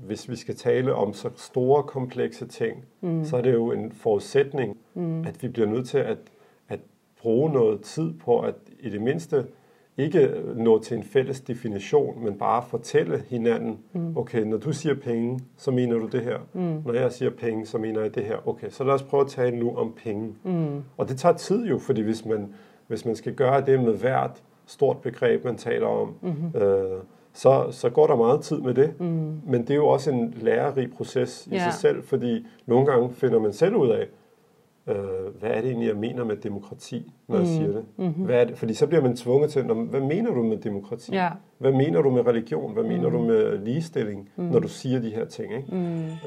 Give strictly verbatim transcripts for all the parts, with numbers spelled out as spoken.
hvis vi skal tale om så store, komplekse ting, mm. så er det jo en forudsætning, mm. at vi bliver nødt til at, at bruge noget tid på at i det mindste ikke nå til en fælles definition, men bare fortælle hinanden, mm. okay, når du siger penge, så mener du det her. Mm. Når jeg siger penge, så mener jeg det her. Okay, så lad os prøve at tale nu om penge. Mm. Og det tager tid jo, fordi hvis man, hvis man skal gøre det med hvert stort begreb, man taler om, mm-hmm. øh, så, så går der meget tid med det. Mm. Men det er jo også en lærerig proces i ja. sig selv, fordi nogle gange finder man selv ud af, øh, hvad er det egentlig, jeg mener med demokrati, når mm. jeg siger det? Mm-hmm. Hvad er det? Fordi så bliver man tvunget til, hvad mener du med demokrati? Ja. Hvad mener du med religion? Hvad mm. mener du med ligestilling, mm. når du siger de her ting? Ikke? Mm. Øh.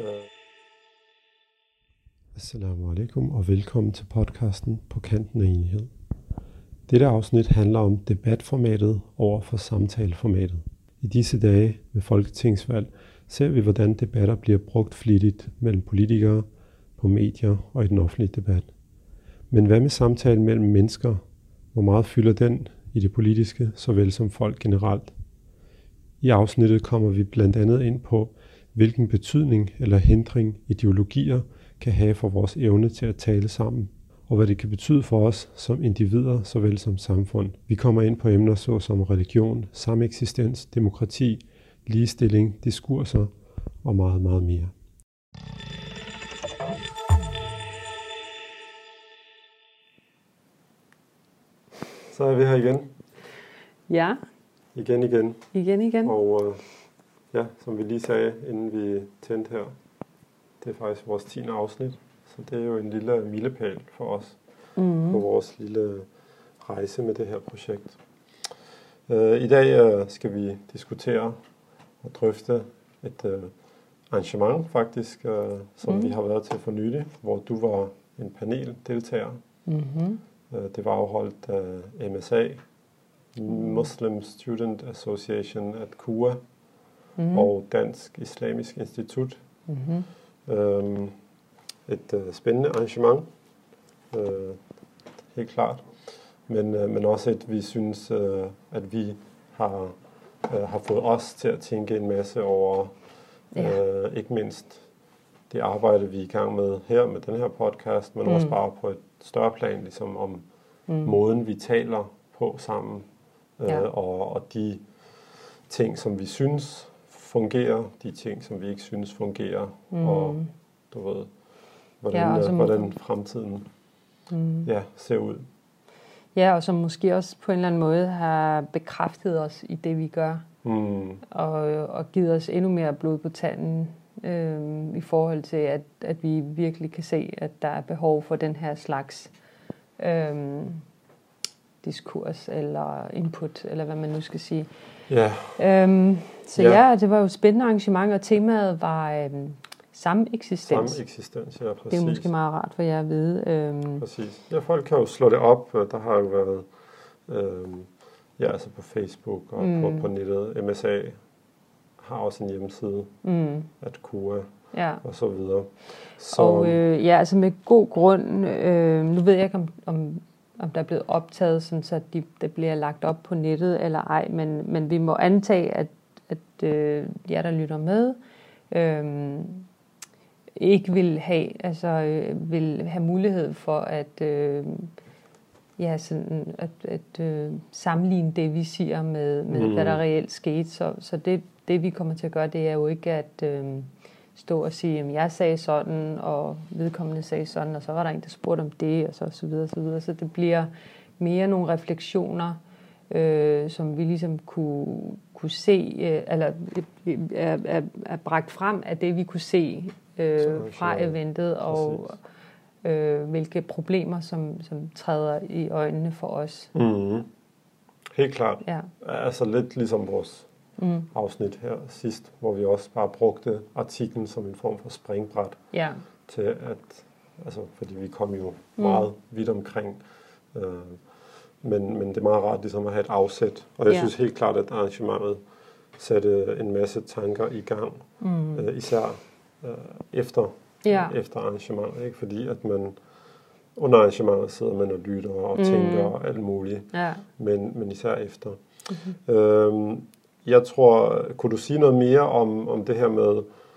Assalamu alaikum og velkommen til podcasten På kanten af enighed. Dette afsnit handler om debatformatet over for samtaleformatet. I disse dage med folketingsvalg ser vi, hvordan debatter bliver brugt flittigt mellem politikere, på medier og i den offentlige debat. Men hvad med samtalen mellem mennesker? Hvor meget fylder den i det politiske, såvel som folk generelt? I afsnittet kommer vi blandt andet ind på, hvilken betydning eller hindring ideologier kan have for vores evne til at tale sammen, og hvad det kan betyde for os som individer, såvel som samfund. Vi kommer ind på emner såsom religion, sameksistens, demokrati, ligestilling, diskurser og meget, meget mere. Så er vi her igen. Ja. Igen, igen. Igen, igen. Og øh, ja, som vi lige sagde, inden vi tændte her, det er faktisk vores tiende afsnit. Så det er jo en lille milepæl for os mm-hmm. på vores lille rejse med det her projekt. Uh, I dag uh, skal vi diskutere og drøfte et uh, arrangement faktisk, uh, som mm. vi har været til for nylig, hvor du var en paneldeltager. Mm-hmm. Uh, det var afholdt af M S A, Muslim Student Association at K U A mm-hmm. og Dansk Islamisk Institut. Mm-hmm. Um, Et uh, spændende arrangement, uh, helt klart, men, uh, men også et, vi synes, uh, at vi har, uh, har fået os til at tænke en masse over, ja. uh, ikke mindst det arbejde, vi er i gang med her med den her podcast, men mm. også bare på et større plan, ligesom om mm. måden, vi taler på sammen, uh, ja. og, og de ting, som vi synes fungerer, de ting, som vi ikke synes fungerer, mm. og du ved, Hvordan, ja, hvordan fremtiden mm. ja, ser ud. Ja, og som måske også på en eller anden måde har bekræftet os i det, vi gør. Mm. Og, og givet os endnu mere blod på tanden øh, i forhold til, at, at vi virkelig kan se, at der er behov for den her slags øh, diskurs eller input, eller hvad man nu skal sige. Ja. Øhm, så ja. ja, det var jo et spændende arrangement, og temaet var Øh, Sameksistens. Sameksistens, ja, præcis. Det er måske meget rart for jer at vide. Øhm. Præcis. Ja, folk kan jo slå det op. Der har jo været, øhm, ja, altså på Facebook og mm. på, på nettet. M S A har også en hjemmeside, mm. at K U A ja. og så videre. Så, og øh, ja, altså med god grund, øh, nu ved jeg ikke, om, om, om der er blevet optaget, sådan, så de, det bliver lagt op på nettet eller ej, men, men vi må antage, at, at øh, jer, der lytter med, øh, ikke vil have, altså øh, vil have mulighed for at, øh, ja, sådan, at, at øh, sammenligne det, vi siger med, med mm. hvad der reelt skete. Så, så det, det, vi kommer til at gøre, det er jo ikke at øh, stå og sige, at jeg sagde sådan, og vedkommende sagde sådan, og så var der en, der spurgte om det, og så, så videre, så videre. Så det bliver mere nogle refleksioner, øh, som vi ligesom kunne, kunne se, øh, eller er, er, er bragt frem af det, vi kunne se Øh, fra eventet, og øh, hvilke problemer, som, som træder i øjnene for os. Mm. Helt klart. Ja. Altså lidt ligesom vores mm. afsnit her sidst, hvor vi også bare brugte artiklen som en form for springbræt. Ja. Til at, altså, fordi vi kom jo mm. meget vidt omkring. Øh, men, men det er meget rart ligesom at have et afsæt. Og jeg ja. synes helt klart, at arrangementet satte en masse tanker i gang. Mm. Øh, især efter, ja. efter arrangementet, ikke? Fordi at man under arrangementet sidder man og lytter og mm. tænker og alt muligt, ja. men, men især efter. Mm-hmm. Øhm, jeg tror, kunne du sige noget mere om, om det her med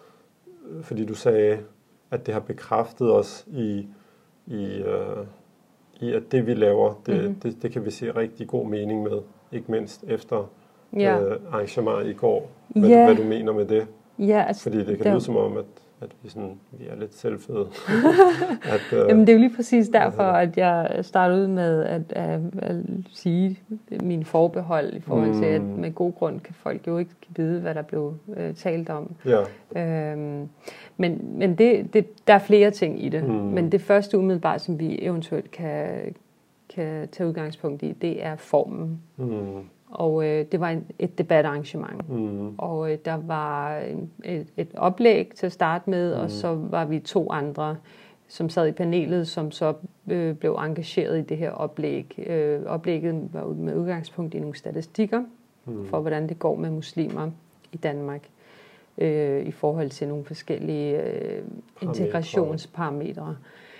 fordi du sagde, at det har bekræftet os i, i, øh, i at det vi laver, det, mm-hmm. det, det kan vi se rigtig god mening med, ikke mindst efter ja. øh, arrangementet i går. Hvad, yeah. hvad du mener med det? Ja, altså, fordi det kan lyde som om, at at vi, sådan, vi er lidt selvfede. at, øh, Jamen det er jo lige præcis derfor, at jeg startede ud med at, at, at sige mine forbehold i forhold til, at med god grund kan folk jo ikke vide, hvad der blev øh, talt om. Ja. Øhm, men men det, det, der er flere ting i det. Mm. Men det første umiddelbart, som vi eventuelt kan, kan tage udgangspunkt i, det er formen. Mm. Og øh, det var en, et debatarrangement. Mm. Og øh, der var en, et, et oplæg til at starte med, mm. og så var vi to andre, som sad i panelet, som så øh, blev engageret i det her oplæg. Øh, oplægget var med udgangspunkt i nogle statistikker mm. for, hvordan det går med muslimer i Danmark øh, i forhold til nogle forskellige øh, integrationsparametre.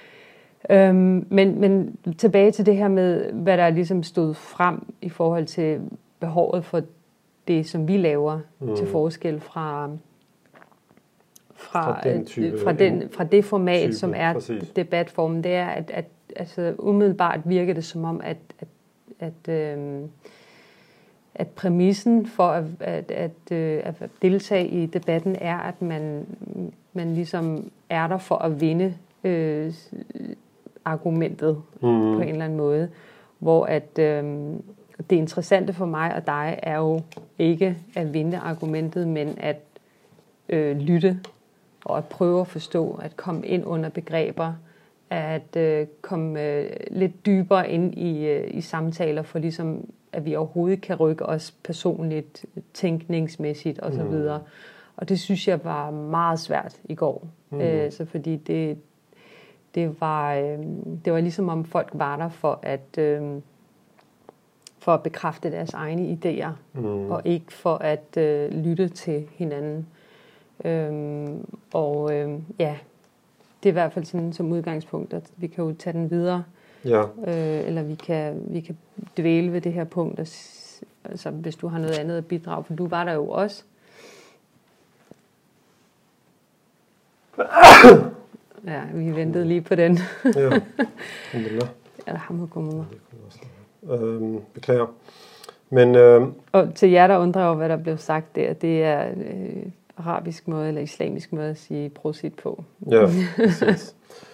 Øhm, men, men tilbage til det her med, hvad der ligesom stod frem i forhold til behovet for det, som vi laver, mm. til forskel fra, fra, fra, den type, fra, den, fra det format, type, som er præcis. Debatformen. Det er, at, at altså, umiddelbart virker det som om, at, at, at, øhm, at præmissen for at, at, at, at deltage i debatten er, at man, man ligesom er der for at vinde øh, argumentet mm. på en eller anden måde, hvor at øh, det interessante for mig og dig er jo ikke at vinde argumentet, men at øh, lytte og at prøve at forstå, at komme ind under begreber, at øh, komme øh, lidt dybere ind i, øh, i samtaler, for ligesom at vi overhovedet kan rykke os personligt, tænkningsmæssigt osv. Mm. Og det synes jeg var meget svært i går, mm. øh, så fordi det Det var, øh, det var ligesom om folk var der for at, øh, for at bekræfte deres egne idéer, mm. og ikke for at øh, lytte til hinanden. Øhm, og øh, ja, det er i hvert fald sådan som udgangspunkt, at vi kan jo tage den videre, ja. øh, eller vi kan, vi kan dvæle ved det her punkt, og, altså, hvis du har noget andet at bidrage, for du var der jo også. Ja, vi ventede lige på den. Ja, alhamdulillah. Øhm, beklager. Men, øhm, og til jer, der undrer over, hvad der blev sagt der, det er øh, arabisk måde eller islamisk måde at sige prosit på. Ja, præcis.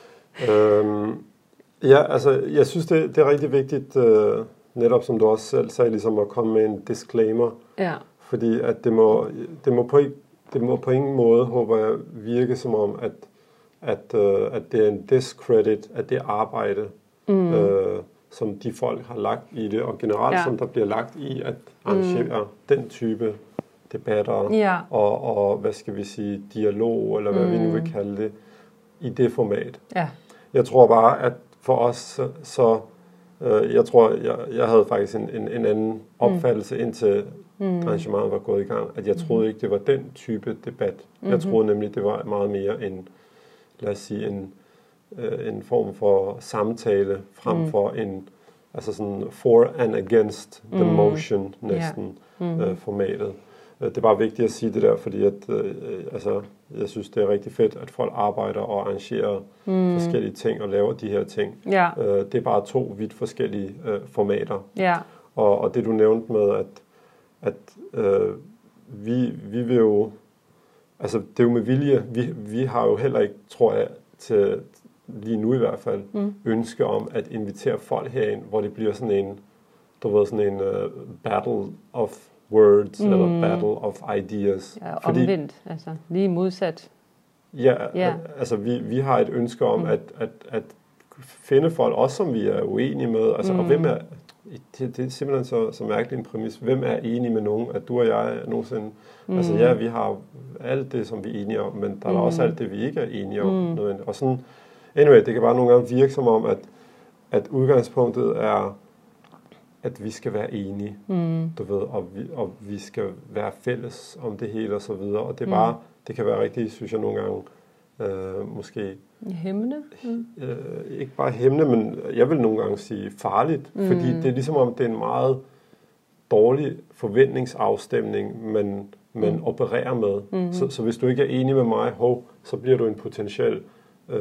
øhm, ja, altså, jeg synes, det, det er rigtig vigtigt, øh, netop som du også selv sagde, ligesom at komme med en disclaimer. Ja. Fordi at det må, det må, på, det må på ingen måde, håber jeg, virke som om, at At, øh, at det er en discredit af det arbejde, mm. øh, som de folk har lagt i det, og generelt ja. som der bliver lagt i at arrangere mm. den type debatter, ja. og, og hvad skal vi sige, dialog, eller hvad mm. vi nu vil kalde det, i det format. Ja. Jeg tror bare, at for os, så, så øh, jeg tror, jeg, jeg havde faktisk en, en, en anden opfattelse, mm. indtil mm. arrangementet var gået i gang, at jeg troede ikke, det var den type debat. Mm-hmm. Jeg troede nemlig, det var meget mere en lad os sige, en, øh, en form for samtale frem mm. for en, altså sådan for and against the mm. motion næsten, yeah. mm. øh, formatet. Det er bare vigtigt at sige det der, fordi at, øh, altså, jeg synes, det er rigtig fedt, at folk arbejder og arrangerer mm. forskellige ting og laver de her ting. Yeah. Øh, det er bare to vidt forskellige øh, formater. Yeah. Og, og det du nævnte med, at, at øh, vi, vi vil jo altså, det er jo med vilje. Vi, vi har jo heller ikke, tror jeg, til lige nu i hvert fald, mm. ønske om at invitere folk herind, hvor det bliver sådan en, du ved, sådan en uh, battle of words, mm. eller battle of ideas. Ja, Fordi, omvendt, altså lige modsat. Ja, yeah. altså vi, vi har et ønske om mm. at, at, at finde folk, også som vi er uenige med, altså, mm. og hvem er, det, det er simpelthen så, så mærkelig en præmis, hvem er enig med nogen, at du og jeg nogensinde, mm. altså ja, vi har alt det, som vi er enige om, men der er mm. også alt det, vi ikke er enige om. Mm. Noget, og sådan, anyway, det kan bare nogle gange virke som om, at, at udgangspunktet er, at vi skal være enige, mm. du ved, og vi, og vi skal være fælles om det hele og så videre, og det er bare, mm. det kan være rigtig, synes jeg nogle gange, øh, måske hæmmende? Mm. Øh, ikke bare hæmmende, men jeg vil nogle gange sige farligt, mm. fordi det er ligesom om, det er en meget dårlig forventningsafstemning, man, man Mm. opererer med. Mm. Så, så hvis du ikke er enig med mig, hov, så bliver du en potentiel øh,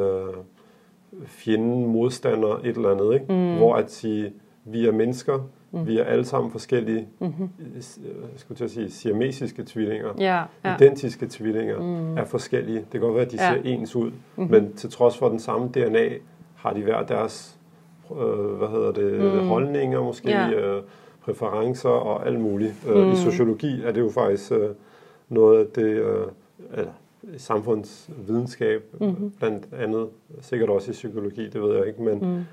fjende, modstander, et eller andet. Ikke? Mm. Hvor at sige, vi er mennesker, Mm. vi er alle sammen forskellige, Mm-hmm. jeg skulle til at sige, siamesiske tvillinger, Ja, ja. identiske tvillinger, Mm. er forskellige. Det kan godt være, at de Ja. ser ens ud, Mhm. men til trods for den samme D N A, har de hver deres øh, hvad hedder det, Mm. holdninger, måske Ja. øh, præferencer og alt muligt. Øh, Mm. I sociologi er det jo faktisk øh, noget af det, øh, eller samfundsvidenskab, Mhm. blandt andet, sikkert også i psykologi, det ved jeg ikke, men Mm.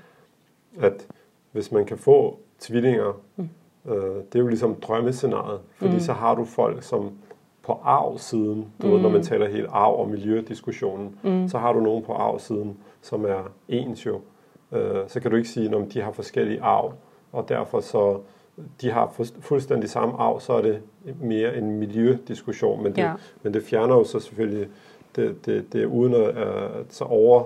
at hvis man kan få tvillinger, Mm. øh, det er jo ligesom drømmescenariet, fordi Mm. så har du folk, som på arvsiden, du Mm. ved, når man taler helt arv- og miljødiskussionen, Mm. så har du nogen på arvsiden, som er ens jo. Øh, så kan du ikke sige, at de har forskellige arv, og derfor så, de har fuldstændig samme arv, så er det mere en miljødiskussion, men det, Ja. men det fjerner jo så selvfølgelig, det, det, det er uden at, at så over,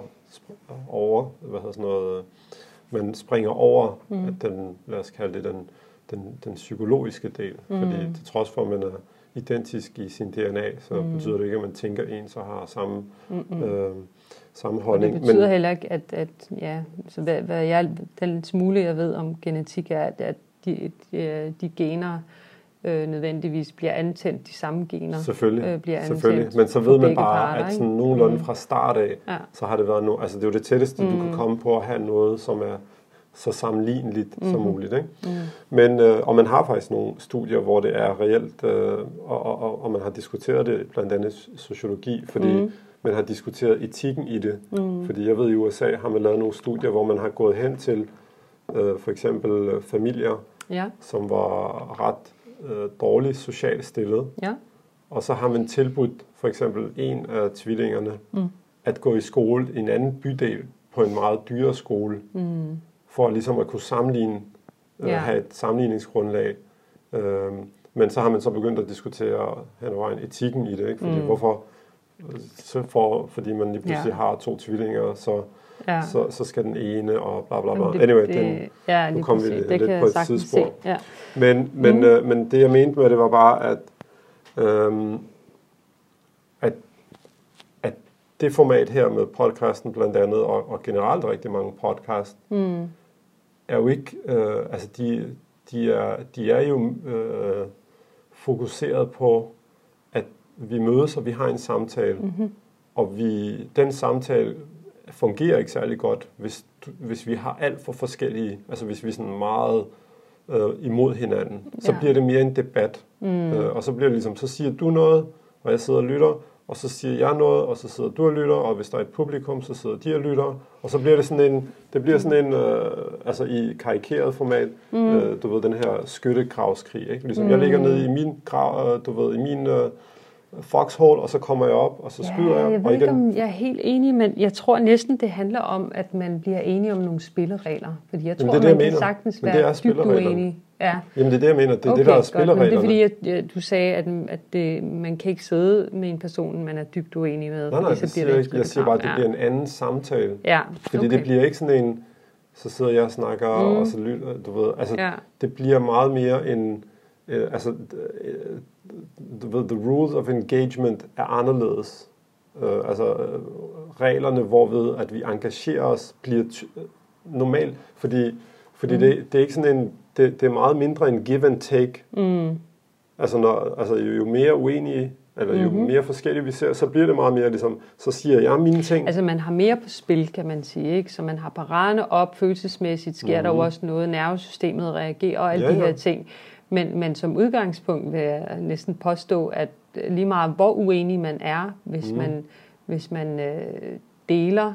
over, hvad hedder sådan noget, man springer over Mm. at den, lad os kalde det den, den, den psykologiske del, Mm. fordi til trods for, at man er identisk i sin D N A, så Mm. betyder det ikke, at man tænker ens og har samme, Mm-mm. øh, samme Og holdning. det betyder Men, heller ikke, at, at ja, så hvad, hvad jeg, den smule, jeg ved om genetik, er, at, at de, de, de gener øh, nødvendigvis bliver antændt, de samme gener selvfølgelig, øh, bliver antændt. selvfølgelig. Men så for ved man begge bare, parter, at ikke? sådan nogenlunde Mm. fra start af, Ja. så har det været no, altså det er jo det tætteste, mm. du Mm. kan komme på at have noget, som er så sammenligneligt mm. som Mhm. muligt. Ikke? Mm. Men, øh, og man har faktisk nogle studier, hvor det er reelt, øh, og, og, og man har diskuteret det, blandt andet sociologi, fordi Mm. man har diskuteret etikken i det. Mm. Fordi jeg ved, i U S A har man lavet nogle studier, hvor man har gået hen til øh, for eksempel øh, familier, Ja, som var ret øh, dårligt socialt stillet, ja. og så har man tilbudt for eksempel en af tvillingerne Mm. at gå i skole i en anden bydel på en meget dyrere skole, Mm. for ligesom at kunne sammenligne, øh, Ja. have et sammenligningsgrundlag. Øhm, men så har man så begyndt at diskutere hen ad vejen etikken i det, ikke? Fordi Mm. hvorfor, så for, fordi man lige pludselig Ja. har to tvillinger, så, Ja. så, så skal den ene og bla bla bla. Jamen, det- Anyway, det- den, ja, nu lige kom vi præcis. lidt Det kan på jeg et sagtens se. tidsspor. Ja. Men, men, Mm. øh, men det jeg mente med det var bare, at, øhm, at, at det format her med podcasten blandt andet, og, og generelt rigtig mange podcast, Mm. er jo ikke, øh, altså de, de, er, de er jo øh, fokuseret på, at vi mødes, og vi har en samtale, Mm-hmm. og vi, den samtale fungerer ikke særlig godt, hvis, hvis vi har alt for forskellige, altså hvis vi er sådan meget øh, imod hinanden, så Ja. bliver det mere en debat, Mm. øh, og så bliver det ligesom, så siger du noget, og jeg sidder og lytter, og så siger jeg noget, og så sidder du og lytter, og hvis der er et publikum, så sidder de og lytter, og så bliver det sådan en, det bliver sådan en, øh, altså i karikeret format, mm. øh, du ved, den her skyttegravskrig, ikke? Ligesom, mm. jeg ligger nede i min grav, øh, du ved, i min øh, foxhole, og så kommer jeg op, og så skyder Ja, jeg, jeg ved og ikke, igen, om jeg er helt enig, men jeg tror næsten, det handler om, at man bliver enige om nogle spilleregler. Fordi jeg tror, det er det, man jeg kan mener. sagtens Men det er være dybt spillereglerne. uenig. Ja. jamen det er det, jeg mener, det er Okay, det, der er godt. spillereglerne. Men det er fordi, at, at du sagde, at, at det, man kan ikke sidde med en person, man er dybt uenig med. Nej, nej, fordi det så siger bliver jeg det ikke. Jeg siger bare, at det ja. bliver en anden samtale. Ja, Fordi okay. det bliver ikke sådan en, så sidder jeg og snakker, Mm. mm. og så lytter, du ved, altså Ja. det bliver meget mere en, øh, altså, øh, du ved, the rules of engagement er anderledes. Øh, altså øh, reglerne, hvorved at vi engagerer os, bliver ty- normalt, fordi, fordi Mm. det, det er ikke sådan en, det, det er meget mindre en give and take. Mm. Altså, når, altså jo, jo mere uenige, eller jo Mhm. mere forskellige vi ser, så bliver det meget mere ligesom, så siger jeg mine ting. Altså man har mere på spil, kan man sige, ikke? Så man har paraderne op, følelsesmæssigt sker mm. der jo også noget, nervesystemet reagerer og alle Ja, de ja. her ting. Men, men som udgangspunkt vil jeg næsten påstå, at lige meget hvor uenig man er, hvis Mm. man, hvis man øh, deler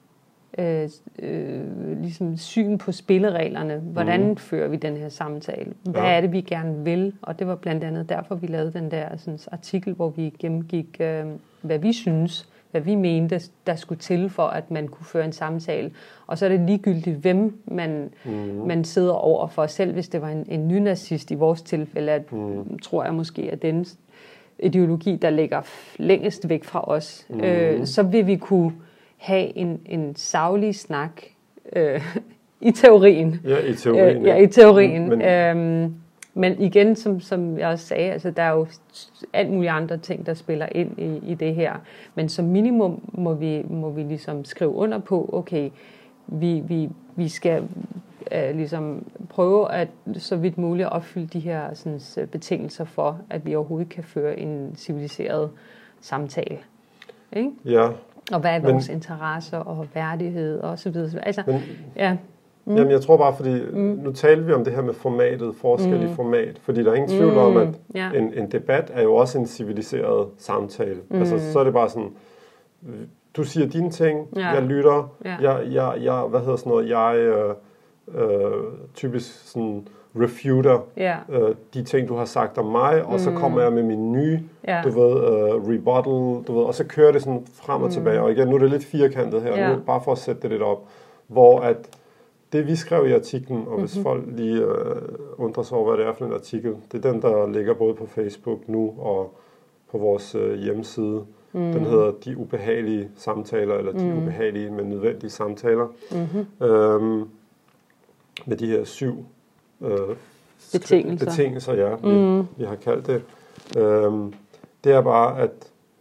øh, øh, ligesom syn på spillereglerne, hvordan Mm. fører vi den her samtale? Hvad Ja. er det, vi gerne vil? Og det var blandt andet derfor, vi lavede den der sådan, artikel, hvor vi gennemgik, øh, hvad vi synes, hvad vi mente, der skulle til for, at man kunne føre en samtale. Og så er det ligegyldigt, hvem man, Mm. man sidder over for. Selv hvis det var en, en nynazist i vores tilfælde, at, Mm. tror jeg måske, at den ideologi, der ligger længest væk fra os, Mm. øh, så vil vi kunne have en, en saglig snak øh, i teorien. Ja, i teorien. Øh, ja, i teorien. Men, Øhm, men igen, som, som jeg også sagde, altså, der er jo alt mulige andre ting, der spiller ind i, i det her. Men som minimum må vi, må vi ligesom skrive under på, okay, vi, vi, vi skal øh, ligesom prøve at så vidt muligt opfylde de her sådan, betingelser for, at vi overhovedet kan føre en civiliseret samtale. Ikke? Ja. Og hvad er vores men, interesser og værdighed og så videre. Altså, men, ja. Mm. Jamen jeg tror bare, fordi mm. nu taler vi om det her med formatet, forskellige mm. format, fordi der er ingen tvivl mm. om, at yeah. en, en debat er jo også en civiliseret samtale. Mm. Altså så er det bare sådan, du siger dine ting, yeah. jeg lytter, yeah. jeg, jeg, jeg, hvad hedder sådan noget, jeg øh, øh, typisk sådan refuter yeah. øh, de ting, du har sagt om mig, og mm. så kommer jeg med min nye, yeah. du ved, uh, rebuttal, du ved, og så kører det sådan frem og mm. tilbage. Og igen, nu er det lidt firkantet her, yeah. nu, bare for at sætte det lidt op, hvor at det vi skrev i artiklen, og mm-hmm. hvis folk lige øh, undrer sig over, hvad det er for en artikel, det er den, der ligger både på Facebook nu og på vores øh, hjemmeside. Mm. Den hedder De Ubehagelige Samtaler, eller De mm. Ubehagelige, men Nødvendige Samtaler. Mm-hmm. Øhm, med de her syv øh, betingelser. betingelser, ja, vi, mm. vi har kaldt det. Øhm, det er bare, at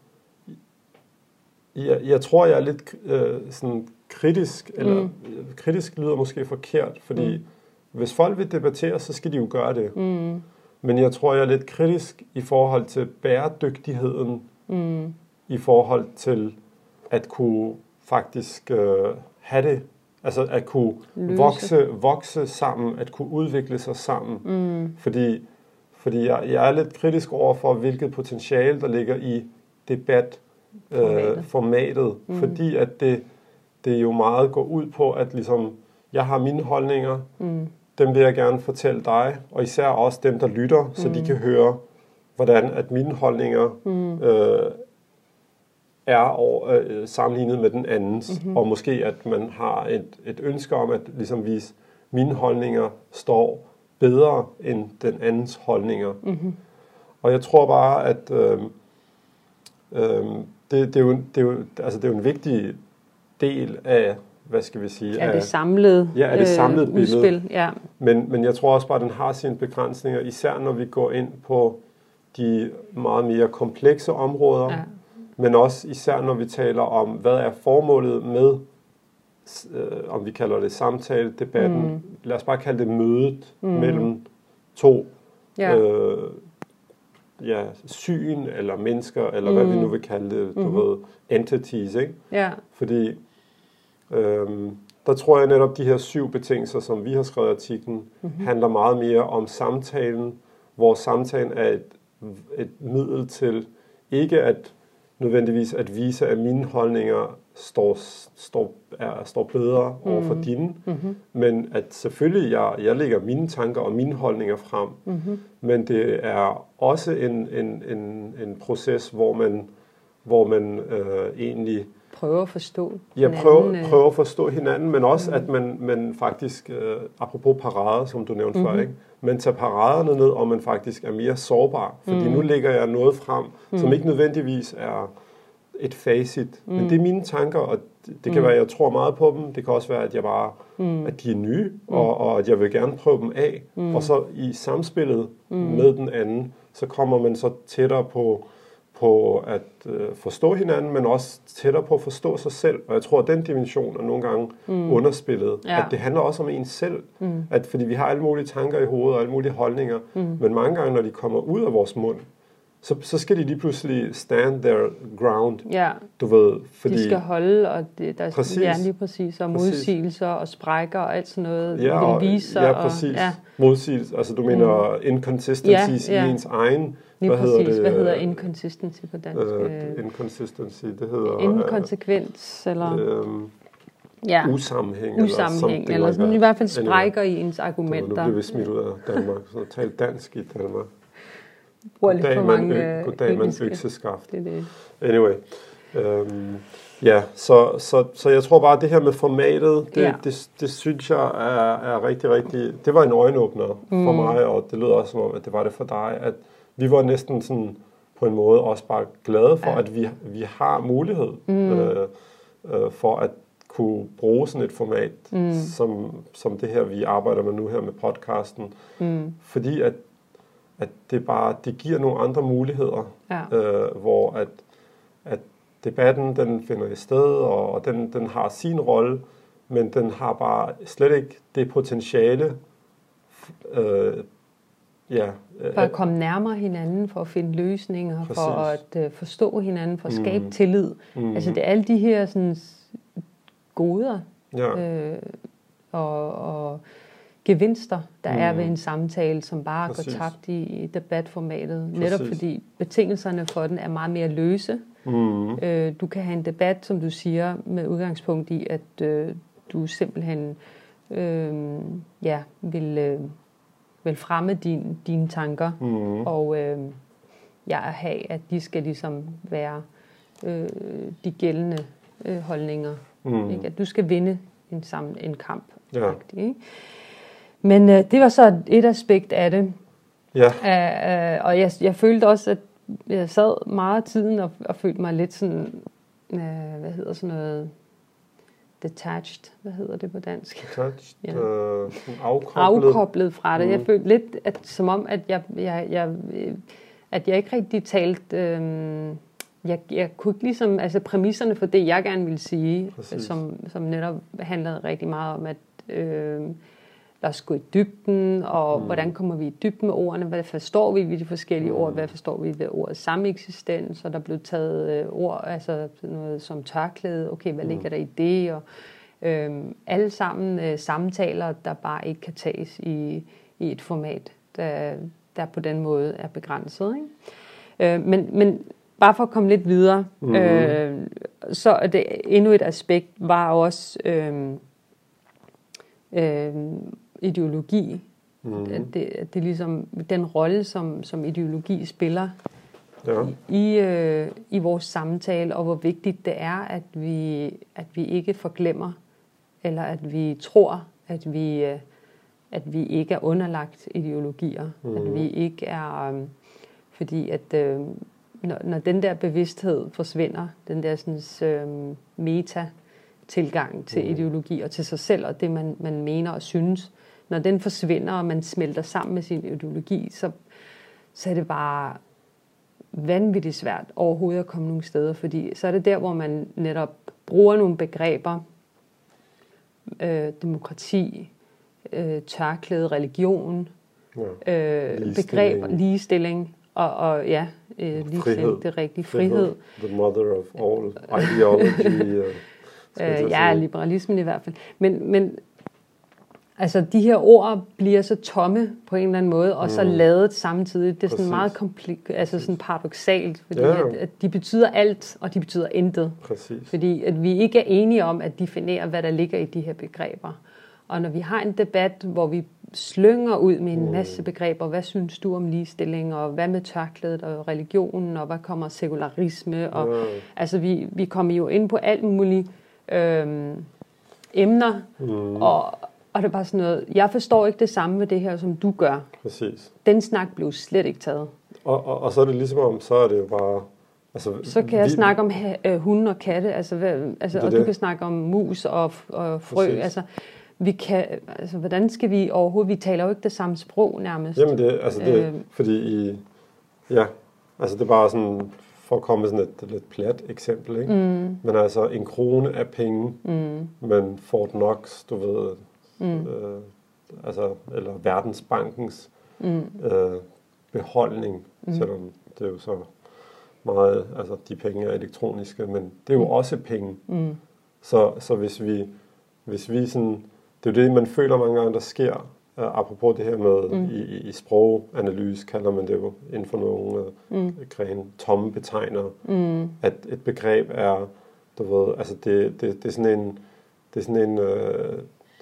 jeg, jeg tror, jeg er lidt øh, sådan kritisk, eller mm. kritisk lyder måske forkert, fordi mm. hvis folk vil debattere, så skal de jo gøre det. Mm. Men jeg tror, jeg er lidt kritisk i forhold til bæredygtigheden, mm. i forhold til at kunne faktisk øh, have det, altså at kunne vokse, vokse sammen, at kunne udvikle sig sammen. Mm. Fordi, fordi jeg, jeg er lidt kritisk over for, hvilket potentiale der ligger i debatformatet, øh, formatet, mm. fordi at det det jo meget går ud på, at ligesom, jeg har mine holdninger, mm. dem vil jeg gerne fortælle dig, og især også dem, der lytter, mm. så de kan høre, hvordan at mine holdninger mm. øh, er over, øh, sammenlignet med den andens, mm-hmm. og måske at man har et, et ønske om at ligesom vise, mine holdninger står bedre end den andens holdninger. Mm-hmm. Og jeg tror bare, at øh, øh, det, det, er jo, det, er jo, altså det er jo en vigtig del af, hvad skal vi sige, af det samlede, ja, af det samlede øh, udspil. Ja. Men, men jeg tror også bare, at den har sine begrænsninger, især når vi går ind på de meget mere komplekse områder, ja. Men også især når vi taler om, hvad er formålet med, øh, om vi kalder det samtale, debatten, mm. lad os bare kalde det mødet mm. mellem to ja. Øh, ja, syn eller mennesker, eller mm. hvad vi nu vil kalde det, du mm-hmm. ved, entities, ikke? Ja. Fordi øhm, der tror jeg netop, de her syv betingelser, som vi har skrevet i artiklen, mm-hmm. handler meget mere om samtalen, hvor samtalen er et, et middel til, ikke at nødvendigvis at vise, at mine holdninger står, står, er, står bedre mm. over for dine, mm-hmm. men at selvfølgelig, jeg, jeg lægger mine tanker og mine holdninger frem, mm-hmm. men det er også en, en, en, en proces, hvor man, hvor man øh, egentlig prøver at forstå ja, prøver, prøver at forstå hinanden, men også mm. at man, man faktisk, øh, apropos parader, som du nævnte mm-hmm. før, ikke? Man tager paraderne ned, og man faktisk er mere sårbar. Fordi mm. nu lægger jeg noget frem, mm. som ikke nødvendigvis er et facit. Mm. Men det er mine tanker, og det, det kan mm. være, at jeg tror meget på dem. Det kan også være, at jeg bare, mm. at de er nye, mm. og, og at jeg vil gerne prøve dem af. Mm. Og så i samspillet mm. med den anden, så kommer man så tættere på, på at øh, forstå hinanden, men også tættere på at forstå sig selv. Og jeg tror, at den dimension er nogle gange mm. underspillet. Ja. At det handler også om en selv. Mm. At, fordi vi har alle mulige tanker i hovedet og alle mulige holdninger. Mm. Men mange gange, når de kommer ud af vores mund, så, så skal de lige pludselig stand their ground. Ja. Du ved, fordi de skal holde, og det, der præcis. Er lige præcis, og modsigelser og sprækker og alt sådan noget. Ja, og, ja præcis. Og, ja. Modsigelser, altså du mener mm. inconsistencies ja, ja. I ens egen. Hvad hedder, det? Hvad hedder inconsistency på dansk? Uh, inconsistency, det hedder inkonsekvens, eller uh, ja. usammenhæng, usammenhæng, eller, eller sådan i hvert fald sprækker anyway. I ens argumenter. Nu bliver vi smidt ud af Danmark, så tal dansk i Danmark. Bruger lidt for mange goddag, man økseskaft. Det det. Anyway. Um, ja, så, så, så jeg tror bare, at det her med formatet, det, ja. det, det synes jeg er, er rigtig, rigtig... Det var en øjenåbner mm. for mig, og det lød også som om, at det var det for dig, at vi var næsten sådan på en måde også bare glade for, ja. At vi, vi har mulighed mm. øh, øh, for at kunne bruge sådan et format, mm. som, som det her, vi arbejder med nu her med podcasten. Mm. Fordi at at det bare, det giver nogle andre muligheder, Ja. øh, hvor at, at debatten, den finder i sted, og, og den, den har sin rolle, men den har bare slet ikke det potentiale, øh, ja. For at komme nærmere hinanden, for at finde løsninger, Præcis. for at uh, forstå hinanden, for at skabe Mm. tillid. Mm. Altså det er alle de her sådan, goder Ja. øh, og, og gevinster, der mm. er Mm. ved en samtale, som bare Præcis. går tabt i, i debatformatet. Præcis. Netop fordi betingelserne for den er meget mere løse. Mm. Øh, du kan have en debat, som du siger, med udgangspunkt i, at øh, du simpelthen øh, ja, vil, øh, vil fremme din, dine tanker, Mm. og øh, jeg ja, have, at de skal ligesom være øh, de gældende øh, holdninger. Mm. Ikke? At du skal vinde en, sammen, en kamp. Ja. Ikke? Men øh, det var så et aspekt af det. Ja. Uh, uh, og jeg, jeg følte også, at jeg sad meget af tiden og, og følte mig lidt sådan, uh, hvad hedder sådan noget, detached, hvad hedder det på dansk? Touched, Ja. øh, sådan afkoblet. Afkoblet fra det. Mm. Jeg følte lidt, at, som om, at jeg, jeg, jeg, at jeg ikke rigtig talte, øh, jeg, jeg kunne ikke ligesom, altså præmisserne for det, jeg gerne ville sige, som, som netop handlede rigtig meget om, at øh, lad os gå i dybden, og mm. hvordan kommer vi i dybden med ordene, hvad forstår vi ved de forskellige mm. ord, hvad forstår vi ved ordet sameksistens, og der blev taget øh, ord, altså noget som tørklæde, okay, hvad ligger der i det, og øh, alle sammen øh, samtaler, der bare ikke kan tages i, i et format, der, der på den måde er begrænset. Ikke? Øh, men, men bare for at komme lidt videre, mm. øh, så er det endnu et aspekt, var også øh, øh, ideologi. Mm. At det, at det er ligesom den rolle, som, som ideologi spiller ja. i, øh, i vores samtale, og hvor vigtigt det er, at vi, at vi ikke forglemmer, eller at vi tror, at vi, øh, at vi ikke er underlagt ideologier. Mm. At vi ikke er... Øh, fordi at øh, når, når den der bevidsthed forsvinder, den der sådan, øh, meta-tilgang til mm. ideologi og til sig selv, og det man, man mener og synes, når den forsvinder, og man smelter sammen med sin ideologi, så, så er det bare vanvittigt svært overhovedet at komme nogen steder, fordi så er det der, hvor man netop bruger nogle begreber, øh, demokrati, øh, tørklæde, religion, ja. øh, ligestilling. begreber, ligestilling, og, og ja, øh, ligestilling, det er rigtigt, frihed. The mother of all ideology. uh, øh, ja, liberalismen i hvert fald. Men, men altså, de her ord bliver så tomme på en eller anden måde, og mm. så ladet samtidig. Det er sådan meget komplik- altså sådan paradoksalt, fordi ja. at, at de betyder alt, og de betyder intet. Præcis. Fordi at vi ikke er enige om at definere, hvad der ligger i de her begreber. Og når vi har en debat, hvor vi slynger ud med en masse begreber, hvad synes du om ligestilling, og hvad med tørklædet og religionen, og hvad kommer sekularisme, og ja. altså vi, vi kommer jo ind på alt muligt øhm, emner, mm. og Og det er bare sådan noget, jeg forstår ikke det samme med det her, som du gør. Præcis. Den snak blev slet ikke taget. Og, og, og så er det ligesom om, så er det jo bare... Altså, så kan vi, jeg snakke om uh, hunde og katte, altså, hvad, altså, og det. Du kan snakke om mus og, og frø. Altså, vi kan, altså, hvordan skal vi overhovedet... Vi taler jo ikke det samme sprog nærmest. Jamen det, altså det, øh, fordi i... Ja, altså det er bare sådan... For at komme med sådan et lidt plat eksempel, ikke? Mm. Men altså, en krone er penge, mm. men Fort Knox, du ved... Mm. Øh, altså, eller Verdensbankens mm. øh, beholdning, mm. selvom det er jo så meget, altså de penge er elektroniske, men det er jo mm. også penge. Mm. Så, så hvis vi, hvis vi sådan, det er jo det, man føler mange gange, der sker, uh, apropos det her med, mm. i, i sproganalyse kalder man det jo, inden for nogle uh, mm. grene, tomme betegner, mm. at et begreb er, du ved, altså det, det, det er sådan en, det er sådan en, uh,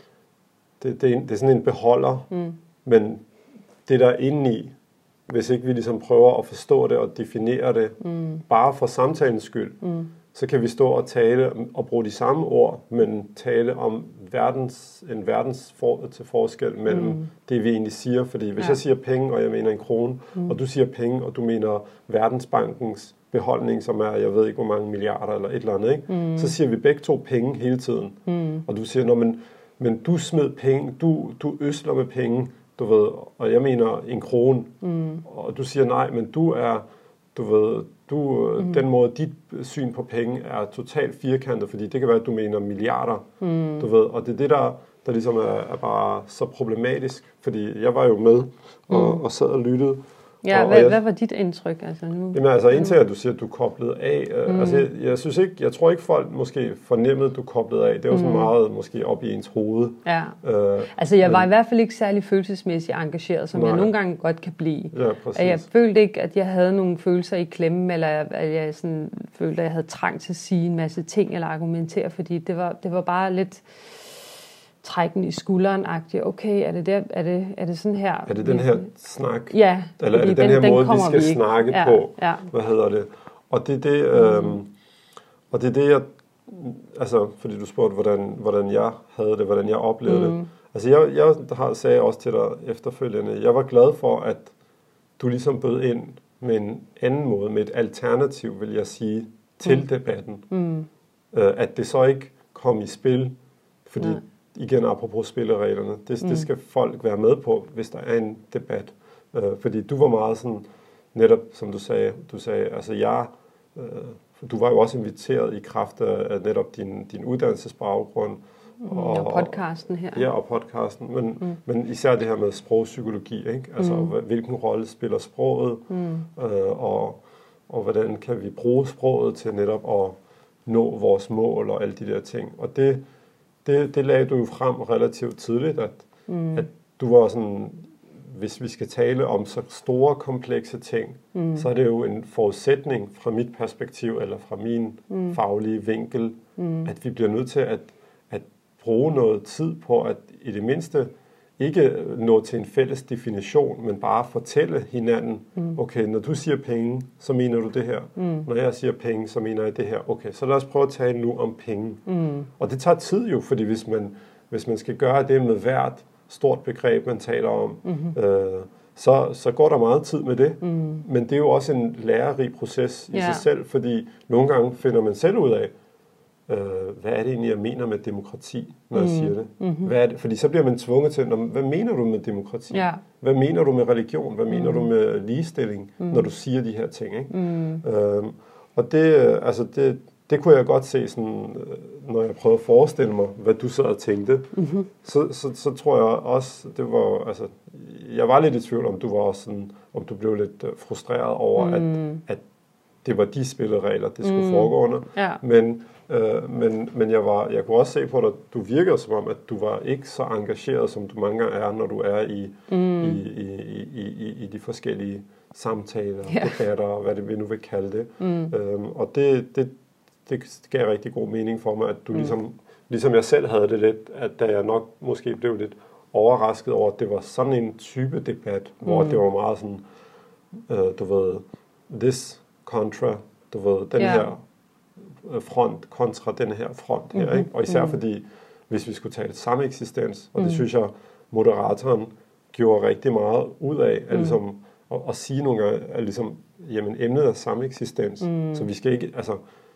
Det, det, er en, det er sådan en beholder, mm. men det der er inde i, hvis ikke vi ligesom prøver at forstå det og definere det, mm. bare for samtalens skyld, mm. så kan vi stå og tale og bruge de samme ord, men tale om verdens, en verdens for, til forskel mellem mm. det, vi egentlig siger. Fordi hvis ja. jeg siger penge, og jeg mener en krone, mm. og du siger penge, og du mener Verdensbankens beholdning, som er, jeg ved ikke, hvor mange milliarder eller et eller andet, ikke? Mm. Så siger vi begge to penge hele tiden. Mm. Og du siger, nå, men Men du smed penge, du, du øsler med penge, du ved, og jeg mener en krone, Mm. og du siger nej, men du er, du ved, du, mm. den måde, dit syn på penge er totalt firkantet, fordi det kan være, at du mener milliarder, Mm. du ved, og det er det, der, der ligesom er, er bare så problematisk, fordi jeg var jo med og, Mm. og sad og lyttede. Ja, og, hvad, og jeg, hvad var dit indtryk? Altså, nu? Jamen altså, indtil at du siger, at du koblede af, Mm. altså jeg, jeg synes ikke, jeg tror ikke folk måske fornemmede, at du koblede af. Det var sådan Mm. meget måske op i ens hoved. Ja. Øh, Altså, jeg var men- i hvert fald ikke særlig følelsesmæssigt engageret, som Nej. jeg nogle gange godt kan blive. Ja, At præcis. jeg følte ikke, at jeg havde nogle følelser i klemme, eller at jeg sådan følte, at jeg havde trang til at sige en masse ting, eller argumentere, fordi det var, det var bare lidt trækken i skulderen-agtigt. Okay, er det, der, er, det, er det sådan her? Er det den her snak? Ja. Eller er fordi det den, den her måde, vi kommer skal ikke. snakke ja, på? Ja. Hvad hedder det? Og det er det, øhm, og det er det, jeg, altså, fordi du spurgte, hvordan, hvordan jeg havde det, hvordan jeg oplevede Mm. det. Altså, jeg, jeg har, sagde også til dig efterfølgende, jeg var glad for, at du ligesom bød ind med en anden måde, med et alternativ, vil jeg sige, til Mm. debatten. Mm. Øh, at det så ikke kom i spil, fordi Nej. igen apropos spillereglerne, det, Mm. det skal folk være med på, hvis der er en debat. Øh, fordi du var meget sådan, netop som du sagde, du sagde, altså jeg, øh, du var jo også inviteret i kraft af, af netop din, din uddannelsesbaggrund. Mm. Og, og podcasten her. Ja, og podcasten, men, Mm. men især det her med sprogpsykologi, ikke? Altså Mm. hvilken rolle spiller sproget, Mm. øh, og, og hvordan kan vi bruge sproget til netop at nå vores mål og alle de der ting. Og det, det, det lagde du jo frem relativt tidligt, at, Mm. at du var sådan, hvis vi skal tale om så store, komplekse ting, Mm. så er det jo en forudsætning fra mit perspektiv, eller fra min Mm. faglige vinkel, Mm. at vi bliver nødt til at, at bruge noget tid på at i det mindste ikke nå til en fælles definition, men bare fortælle hinanden, Mm. okay, når du siger penge, så mener du det her. Mm. Når jeg siger penge, så mener jeg det her. Okay, så lad os prøve at tale nu om penge. Mm. Og det tager tid jo, fordi hvis man, hvis man skal gøre det med hvert stort begreb, man taler om, Mm-hmm. øh, så, så går der meget tid med det. Mm. Men det er jo også en lærerig proces i Ja. sig selv, fordi nogle gange finder man selv ud af, øh, hvad er det egentlig, jeg mener med demokrati, når jeg Mm. siger det? Mm-hmm. Hvad er det? Fordi så bliver man tvunget til, "Nå, hvad mener du med demokrati? Ja. Hvad mener du med religion? Hvad mener Mm. du med ligestilling, Mm. når du siger de her ting? Ikke? Mm. Øhm, og det, altså det, det kunne jeg godt se, sådan, øh, når jeg prøvede at forestille mig, hvad du sad og tænkte. Mm-hmm. Så, så, så tror jeg også, det var, altså, jeg var lidt i tvivl, om du var også sådan, om du blev lidt øh, frustreret over, Mm. at, at det var de spilleregler, det skulle Mm. foregå under. Ja. Men, øh, men, men jeg, var, jeg kunne også se på dig, at du virkede som om, at du var ikke så engageret, som du mange gange er, når du er i, Mm. i, i, i, i, i de forskellige samtaler, Ja. debatter, og hvad det vi nu vil kalde det. Mm. Øhm, og det, det, det gav rigtig god mening for mig, at du Mm. ligesom, ligesom jeg selv havde det lidt, at da jeg nok måske blev lidt overrasket over, at det var sådan en type debat, hvor Mm. det var meget sådan, øh, du ved, this contra, du ved, den Ja. her øh, front kontra den her front her, Mhm. ikke? Og især Mm. fordi, hvis vi skulle tale samme eksistens, og det Mm. synes jeg, moderatoren gjorde rigtig meget ud af, at, Mm. ligesom, at, at sige nogle gange, at ligesom, jamen, emnet er samme eksistens, Mm. så vi skal ikke, altså,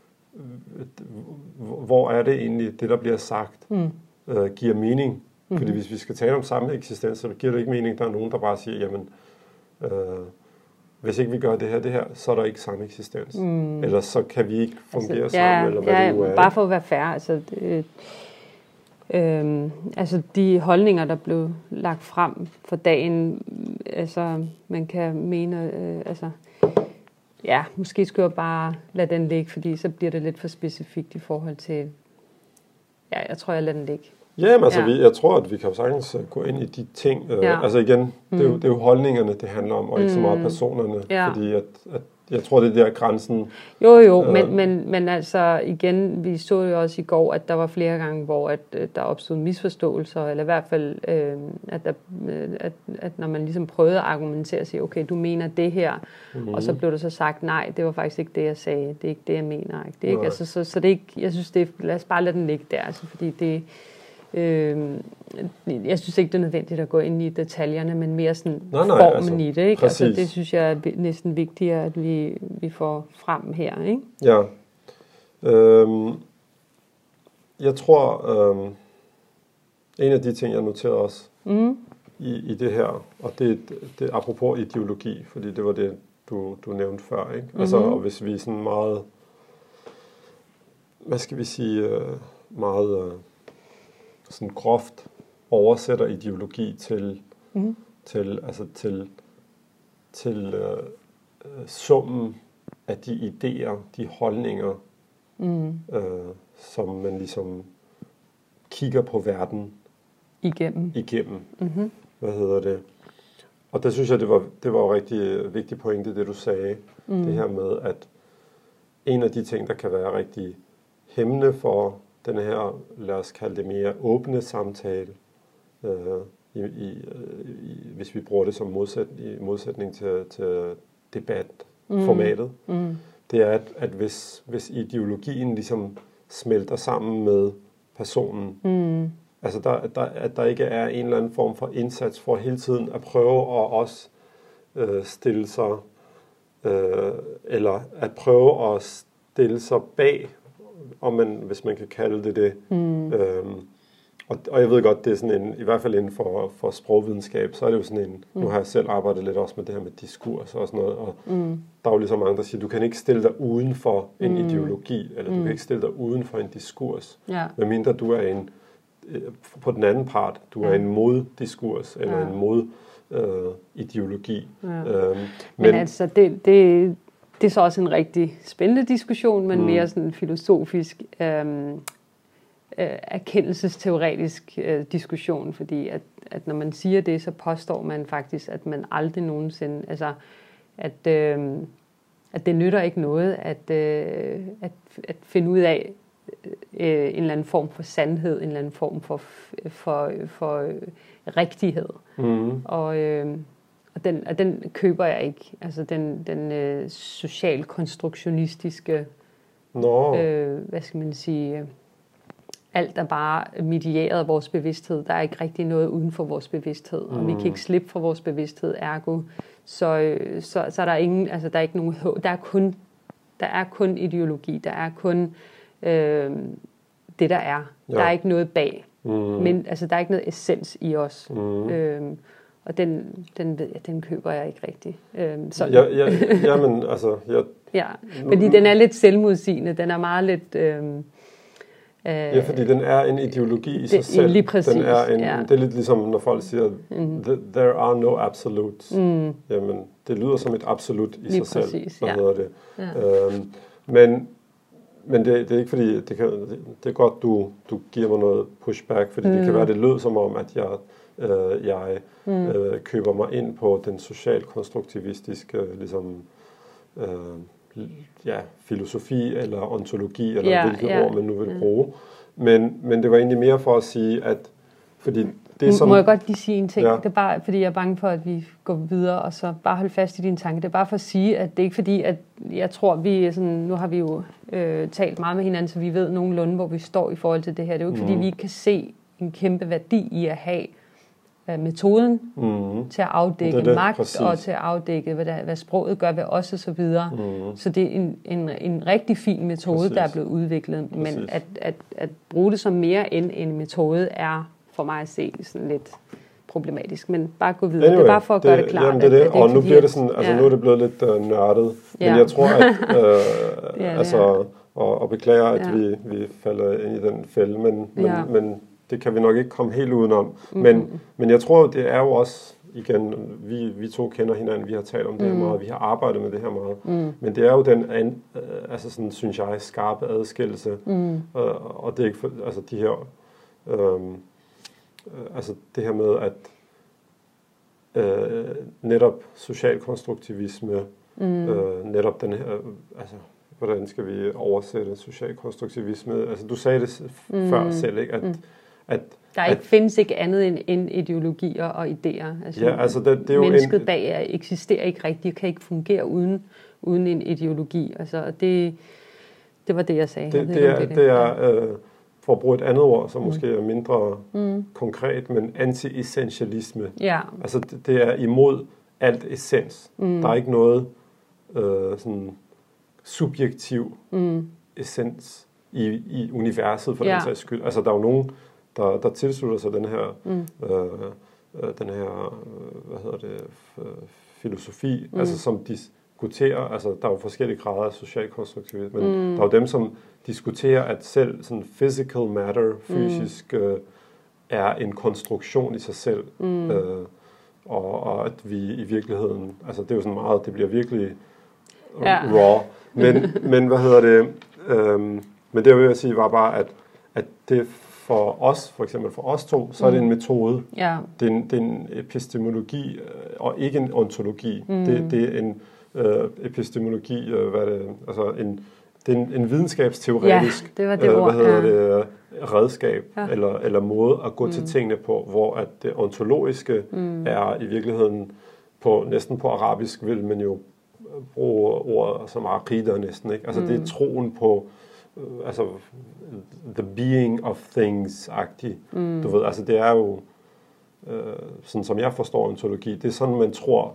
hvor er det egentlig, det der bliver sagt, Mm. øh, giver mening? Mhm. Fordi hvis vi skal tale om samme eksistens, så giver det ikke mening, der er nogen, der bare siger, jamen, øh, hvis ikke vi gør det her, det her, så er der ikke samme eksistens. Mm. Eller så kan vi ikke fungere altså, sammen, ja, eller hvad ja, det nu er. bare for at være fair, altså, det, øhm, altså de holdninger, der blev lagt frem for dagen, altså man kan mene, øh, altså ja, måske skulle jeg bare lade den ligge, fordi så bliver det lidt for specifikt i forhold til, ja, jeg tror, jeg lader den ligge. Ja, men altså, Ja. Vi, jeg tror, at vi kan jo sagtens gå ind i de ting. Øh, Ja. Altså igen, det er, jo, Mm. det er jo holdningerne, det handler om, og ikke så meget Mm. personerne. Ja. Fordi at, at jeg tror, det er der grænsen. Jo, jo, Øh. men, men, men altså igen, vi så jo også i går, at der var flere gange, hvor at, øh, der opstod misforståelser, eller i hvert fald, øh, at, der, øh, at, at når man ligesom prøvede at argumentere og sige, okay, du mener det her, Mm. og så blev der så sagt, nej, det var faktisk ikke det, jeg sagde, det er ikke det, jeg mener. Ikke? Det er ikke, Nej. altså, så, så det er ikke, jeg synes, det er, lad os bare lade den ligge der, altså, fordi det, øh, jeg synes ikke, det er nødvendigt at gå ind i detaljerne, men mere sådan Nej, nej, formen altså, i det. Ikke? Altså, præcis. det synes jeg er vi- næsten vigtigere, at vi, vi får frem her. Ikke? Ja. Øhm, jeg tror, øhm, en af de ting, jeg noterede også, Mm. i, i det her, og det, det apropos ideologi, fordi det var det, du, du nævnte før, ikke? Mm-hmm. Altså, og hvis vi er sådan meget, hvad skal vi sige, meget sådan groft oversætter ideologi til, mm-hmm. til, altså til, til øh, summen af de idéer, de holdninger, mm. øh, som man ligesom kigger på verden igennem. igennem. Mm-hmm. Hvad hedder det? Og der synes jeg, det var, det var jo rigtig vigtig pointe, det du sagde. Mm. Det her med, at en af de ting, der kan være rigtig hæmmende for den her, lad os kalde det mere åbne samtale, øh, i, i, i, hvis vi bruger det som modsæt, i modsætning til, til debatformatet, mm. Mm. det er, at, at hvis, hvis ideologien ligesom smelter sammen med personen, mm. altså der, der, at der ikke er en eller anden form for indsats for hele tiden at prøve at også øh, stille sig, øh, eller at prøve at stille sig bag, om man, hvis man kan kalde det det. Mm. Øhm, og, og jeg ved godt, det er sådan en, i hvert fald inden for, for sprogvidenskab, så er det jo sådan en, mm. nu har jeg selv arbejdet lidt også med det her med diskurs og sådan noget, og mm. der er jo ligesom mange, der siger, du kan ikke stille dig uden for en mm. ideologi, eller du mm. kan ikke stille dig uden for en diskurs, ja. medmindre du er en, på den anden part, du ja. er en moddiskurs, eller ja. en mod øh, ideologi. Ja. Øhm, men, men altså, det, det, det er så også en rigtig spændende diskussion, men mm. mere sådan filosofisk, øhm, øh, erkendelsesteoretisk øh, diskussion, fordi at, at når man siger det, så påstår man faktisk, at man aldrig nogensinde, altså, at, øh, at det nytter ikke noget at, øh, at, at finde ud af øh, en eller anden form for sandhed, en eller anden form for, for, for øh, rigtighed. Mm. Og øh, Og den, og den køber jeg ikke. Altså den, den øh, socialkonstruktionistiske, no. øh, hvad skal man sige, alt er bare medieret af vores bevidsthed. Der er ikke rigtig noget uden for vores bevidsthed, mm. og vi kan ikke slippe fra vores bevidsthed, ergo. Så, øh, så, så er der ingen, altså der er ikke nogen, der er kun, der er kun ideologi, der er kun øh, det, der er. Ja. Der er ikke noget bag. Mm. Men altså der er ikke noget essens i os. Mm. Øh, Og den, den ved jeg, den køber jeg ikke rigtig. Øhm, så. Ja, ja, jamen, altså... Jeg, ja, fordi den er lidt selvmodsigende. Den er meget lidt... Øhm, øh, ja, fordi den er en ideologi i sig det, selv. Lige præcis, den er en, ja. Det er lidt ligesom, når folk siger, mm. there are no absolutes. Mm. Jamen, det lyder som et absolut i lige sig præcis, selv. Hvad ja. hedder det? Ja. Øhm, men men det, det er ikke fordi... Det, kan, det, det er godt, du, du giver mig noget pushback, fordi mm. det kan være, det lød som om, at jeg... Øh, jeg mm. øh, køber mig ind på den socialkonstruktivistiske ligesom, øh, ja, filosofi eller ontologi, eller ja, hvilket ja. ord man nu vil ja. bruge. Men, men det var egentlig mere for at sige, at fordi det som... Må jeg godt lige sige en ting? Ja. Det er bare, fordi jeg er bange for, at vi går videre, og så bare holde fast i dine tanker. Det er bare for at sige, at det er ikke fordi, at jeg tror, vi sådan, nu har vi jo øh, talt meget med hinanden, så vi ved nogenlunde, hvor vi står i forhold til det her. Det er jo ikke mm. fordi, vi ikke kan se en kæmpe værdi i at have metoden mm. til at afdække det det, magt, præcis. Og til at afdække, hvad, der, hvad sproget gør ved os og så videre. Mm. Så det er en, en, en rigtig fin metode, præcis. Der er blevet udviklet. Præcis. Men at, at, at bruge det som mere end en metode, er for mig at se sådan lidt problematisk. Men bare gå videre. Anyway, det er bare for at det, gøre det klart. Jamen det er det, at, at og det nu fordi, bliver det sådan, altså ja. nu er det blevet lidt uh, nørdet. Ja. Men jeg tror, at, øh, ja, altså, og, og beklager, at ja. vi, vi falder ind i den fælde, men, men, ja. men det kan vi nok ikke komme helt udenom. Men, mm. men jeg tror, det er jo også, igen, vi, vi to kender hinanden, vi har talt om det mm. her meget, vi har arbejdet med det her meget. Mm. Men det er jo den, an, altså sådan, synes jeg, skarpe adskillelse. Mm. Og, og det er ikke for, altså de her, øhm, altså det her med, at øh, netop socialkonstruktivisme, mm. øh, netop den her, altså hvordan skal vi oversætte socialkonstruktivisme? Altså du sagde det mm. før selv, ikke? At, mm. at der er ikke, at, findes ikke andet end, end ideologier og idéer. Altså, ja, altså det, det er jo mennesket en, bag eksisterer ikke rigtigt, kan ikke fungere uden, uden en ideologi. Altså, det, det var det, jeg sagde. Det, jeg det, det, er, det, det er, øh, for at bruge et andet ord, som mm. måske er mindre mm. konkret, men anti-essentialisme. Ja. Altså det, det er imod alt essens. Mm. Der er ikke noget øh, sådan subjektiv mm. essens i, i universet for ja. Den sags skyld. Altså der er jo nogen, der, der tilslutter sig den her mm. øh, øh, den her, øh, hvad hedder det, f- filosofi, mm. altså som diskuterer, altså der er jo forskellige grader af socialkonstruktivisme, men mm. der er jo dem, som diskuterer, at selv sådan physical matter, fysisk, mm. øh, er en konstruktion i sig selv, mm. øh, og, og at vi i virkeligheden, altså det er jo sådan meget, det bliver virkelig ja. raw, men, men hvad hedder det, øhm, men det jeg vil sige var bare, at, at det for os, for eksempel for os to, så er det en metode, ja. det, er en, det er en epistemologi, og ikke en ontologi, mm. det, det er en øh, epistemologi, øh, hvad er det, altså en, det er en, en videnskabsteoretisk ja, det var det øh, ord, hvad hedder ja. det, redskab, ja. eller, eller måde at gå mm. til tingene på, hvor at det ontologiske mm. er i virkeligheden, på, næsten på arabisk vil man jo bruge ordet som aqidah næsten, ikke? Altså mm. det er troen på, øh, altså the being of things-agtig, mm. du ved, altså det er jo, øh, sådan som jeg forstår ontologi, det er sådan, man tror,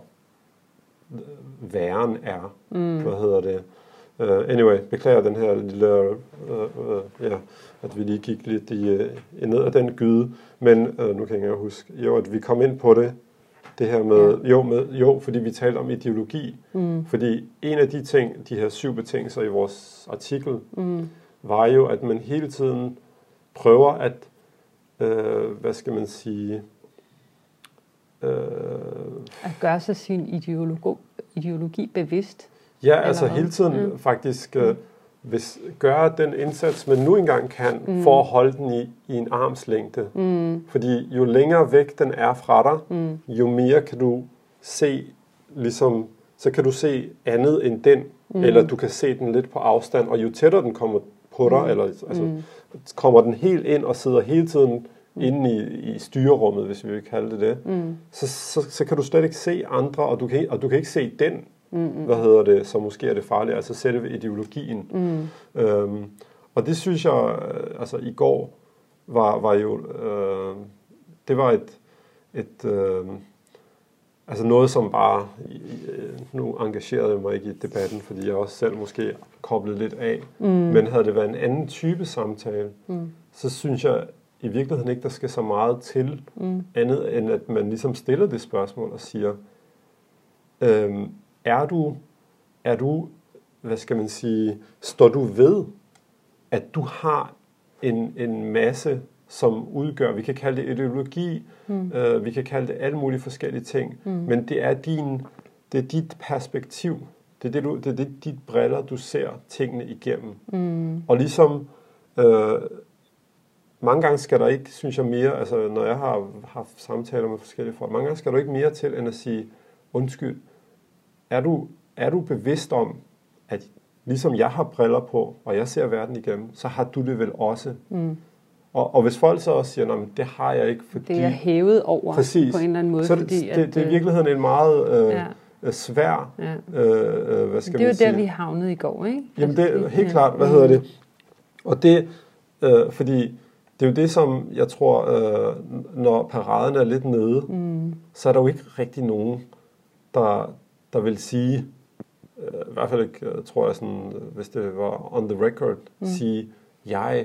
væren er, mm. hvad hedder det, Uh, anyway, beklager den her lille, uh, uh, ja, at vi lige gik lidt i, uh, ned ad den gyde, men uh, nu kan jeg ikke huske, jo, at vi kom ind på det, det her med, ja. jo, med, jo, fordi vi talte om ideologi, mm. fordi en af de ting, de her syv betingelser i vores artikel, mm. var jo, at man hele tiden prøver at, uh, hvad skal man sige, uh, at gøre sig sin ideologi, ideologi bevidst. Ja, altså hele tiden mm. faktisk øh, hvis, gøre den indsats, man nu engang kan, mm. for at holde den i, i en armslængde. Mm. Fordi jo længere væk den er fra dig, mm. jo mere kan du se, ligesom, så kan du se andet end den, mm. eller du kan se den lidt på afstand, og jo tættere den kommer på dig, mm. eller altså, mm. kommer den helt ind og sidder hele tiden mm. inde i, i styrerummet, hvis vi vil kalde det det, mm. så, så, så kan du slet ikke se andre, og du kan, og du kan ikke se den, Mm-hmm. hvad hedder det, så måske er det farligt, altså selve ideologien. Mm. Øhm, og det synes jeg, altså i går, var, var jo, øh, det var et, et øh, altså noget, som bare, øh, nu engagerede jeg mig ikke i debatten, fordi jeg også selv måske koblede lidt af, mm. men havde det været en anden type samtale, mm. så synes jeg i virkeligheden ikke, der skal så meget til, mm. andet end at man ligesom stiller det spørgsmål og siger, øh, Er du, er du, hvad skal man sige, står du ved, at du har en, en masse, som udgør, vi kan kalde det ideologi, mm. øh, vi kan kalde det alle mulige forskellige ting, mm. men det er din, det er dit perspektiv, det er det, du, det er det, dit briller, du ser tingene igennem. Mm. Og ligesom, øh, mange gange skal der ikke, synes jeg mere, altså når jeg har haft samtaler med forskellige folk, mange gange skal du ikke mere til, end at sige, undskyld, Er du, er du bevidst om, at ligesom jeg har briller på, og jeg ser verden igennem, så har du det vel også. Mm. Og, og hvis folk så også siger, at det har jeg ikke, fordi... Det er hævet over præcis, på en eller anden måde. Så det, fordi, det, det, det er i virkeligheden en meget øh, ja. svær... Ja. Øh, hvad skal det er man jo der, vi havnede i går, ikke? Jamen det er helt klart, hvad hedder det? Og det, øh, fordi det er jo det, som jeg tror, øh, når paraden er lidt nede, mm. så er der jo ikke rigtig nogen, der... der vil sige, øh, i hvert fald ikke, tror jeg, sådan, hvis det var on the record, mm. sige, jeg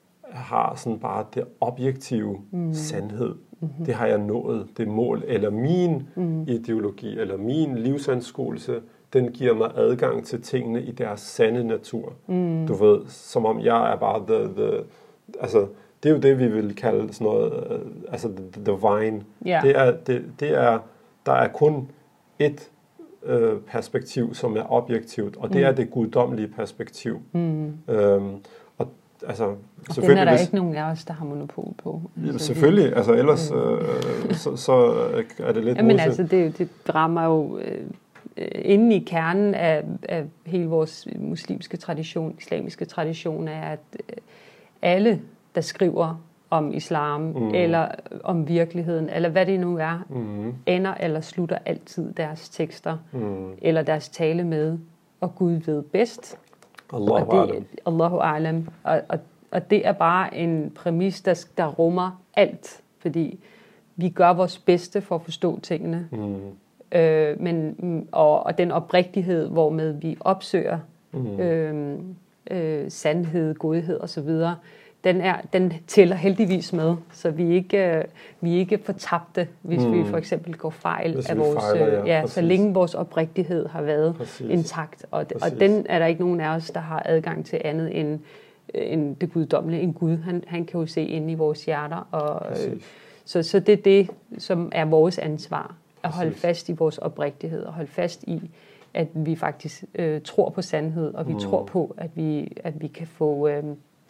har sådan bare det objektive mm. sandhed. Mm-hmm. Det har jeg nået, det mål, eller min mm. ideologi, eller min livsanskuelse, den giver mig adgang til tingene i deres sande natur. Mm. Du ved, som om jeg er bare the, the altså, det er jo det, vi vil kalde sådan noget, uh, altså the divine. Yeah. Det er, det, det er, der er kun et perspektiv, som er objektivt, og det mm. er det guddommelige perspektiv. Mm. Øhm, og altså, og den er der hvis, ikke nogen af os, der har monopol på. Altså, selvfølgelig, altså ellers mm. øh, så, så er det lidt... Jamen altså, det, det rammer jo øh, inde i kernen af, af hele vores muslimske tradition, islamiske tradition, er, at øh, alle, der skriver om islam, mm. eller om virkeligheden, eller hvad det nu er, mm. ender eller slutter altid deres tekster, mm. eller deres tale med, og Gud ved bedst. Allahu a'lam. Allahu a'lam. Og, og, og det er bare en præmis, der, der rummer alt, fordi vi gør vores bedste for at forstå tingene. Mm. Øh, men, og, og den oprigtighed, hvormed vi opsøger mm. øh, øh, sandhed, godhed osv., den, er, den tæller heldigvis med, så vi ikke, vi er ikke fortabte, hvis mm. vi for eksempel går fejl hvis af vores, fejler, ja, ja, så længe vores oprigtighed har været præcis. intakt. Og, og den er der ikke nogen af os, der har adgang til andet end, end det guddommelige. En Gud, han, han kan jo se ind i vores hjerter. Og, øh, så, så det er det, som er vores ansvar, at holde præcis. fast i vores oprigtighed, og holde fast i, at vi faktisk øh, tror på sandhed, og vi mm. tror på, at vi, at vi kan få... Øh,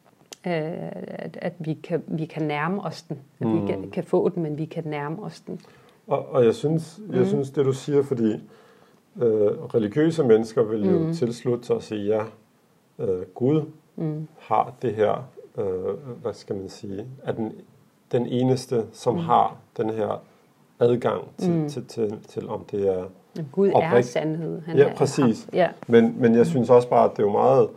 At, at vi, kan, vi kan nærme os den. At mm. vi kan, kan få den, men vi kan nærme os den. Og, og jeg, synes, jeg mm. synes, det du siger, fordi øh, religiøse mennesker vil jo mm. tilslutte sig og sige, ja, øh, Gud mm. har det her, øh, hvad skal man sige, er den, den eneste, som mm. har den her adgang til, mm. til, til, til, til om det er Gud oprigt. Er sandhed. Han ja, er, præcis. Ja. Men, men jeg synes også bare, at det er jo meget...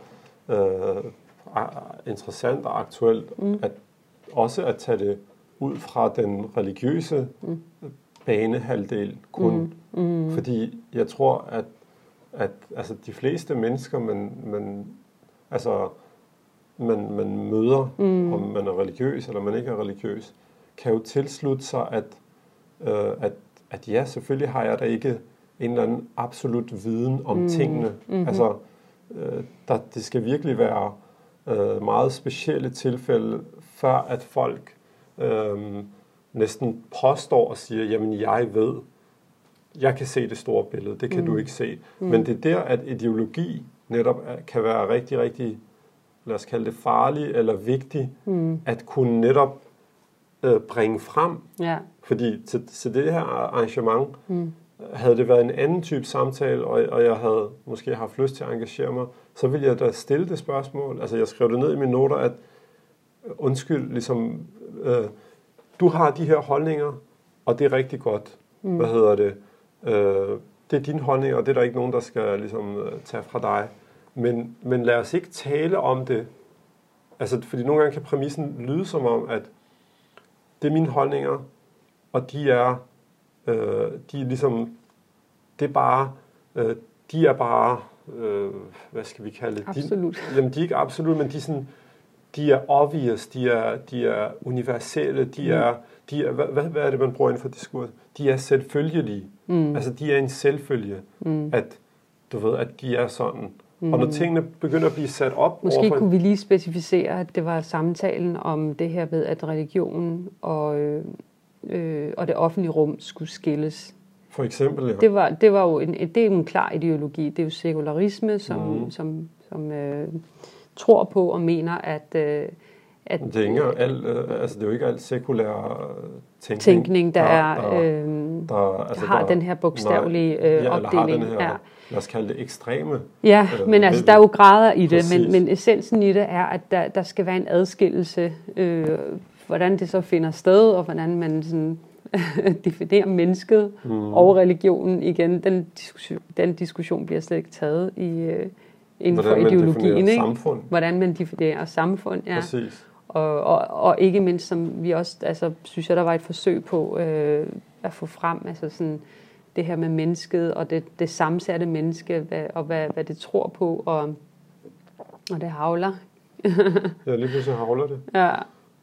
Øh, interessant og aktuelt, mm. at også at tage det ud fra den religiøse mm. banehalvdel kun. Mm. Mm. Fordi jeg tror, at, at altså, de fleste mennesker, man, man, altså, man, man møder, mm. om man er religiøs eller man ikke er religiøs, kan jo tilslutte sig, at, øh, at, at ja, selvfølgelig har jeg da ikke en eller anden absolut viden om mm. tingene. Mm-hmm. Altså, øh, der, det skal virkelig være Øh, meget specielle tilfælde, før at folk øh, næsten påstår og siger, jamen jeg ved, jeg kan se det store billede, det kan mm. du ikke se. Mm. Men det er der, at ideologi netop kan være rigtig, rigtig, lad os kalde det farlig eller vigtig, mm. at kunne netop øh, bringe frem. Ja. Fordi til, til det her arrangement, mm. havde det været en anden type samtale, og, og jeg havde måske haft lyst til at engagere mig, så ville jeg da stille det spørgsmål. Altså, jeg skrev det ned i mine noter, at undskyld, ligesom, øh, du har de her holdninger, og det er rigtig godt. Mm. Hvad hedder det? Øh, det er dine holdninger, og det er der ikke nogen, der skal ligesom, tage fra dig. Men, men lad os ikke tale om det. Altså, fordi nogle gange kan præmissen lyde som om, at det er mine holdninger, og de er, øh, de er ligesom, det er bare, øh, de er bare, øh, hvad skal vi kalde det? Absolut. De, jamen, de er ikke absolut, men de er sådan, de er obvious, de er, de er universelle, de mm. er, de er hvad, hvad, hvad er det, man bruger inden for diskurs? De er selvfølgelige. Mm. Altså, de er en selvfølge, mm. at, du ved, at de er sådan. Mm. Og når tingene begynder at blive sat op... Måske overfor... kunne vi lige specificere, at det var samtalen om det her med, at religionen og, øh, øh, og det offentlige rum skulle skilles. For eksempel, ja. Det var, det var jo en, det er en klar ideologi. Det er jo sekularisme, som, mm. som, som øh, tror på og mener, at... Øh, at det er, ikke alt, øh, altså det er jo ikke alt sekulær tænkning, tænkning der, der, er, øh, der, altså der har der, den her bogstavelige øh, ja, opdeling. Her, ja. Lad os kalde det ekstreme. Ja, øh, men altså, der er jo grader i det, men, men essensen i det er, at der, der skal være en adskillelse. Øh, hvordan det så finder sted, og hvordan man sådan, definerer mennesket mm. og religionen igen. Den diskussion, den diskussion bliver slet ikke taget i, øh, inden for ideologien. Ikke? Samfund. Hvordan man definerer samfund. Ja. Præcis. Og, og, og ikke mindst, som vi også, altså, synes jeg, der var et forsøg på øh, at få frem, altså sådan det her med mennesket, og det, det sammensatte menneske, hvad, og hvad, hvad det tror på, og, og det havler. Ja, lige pludselig havler det. Ja,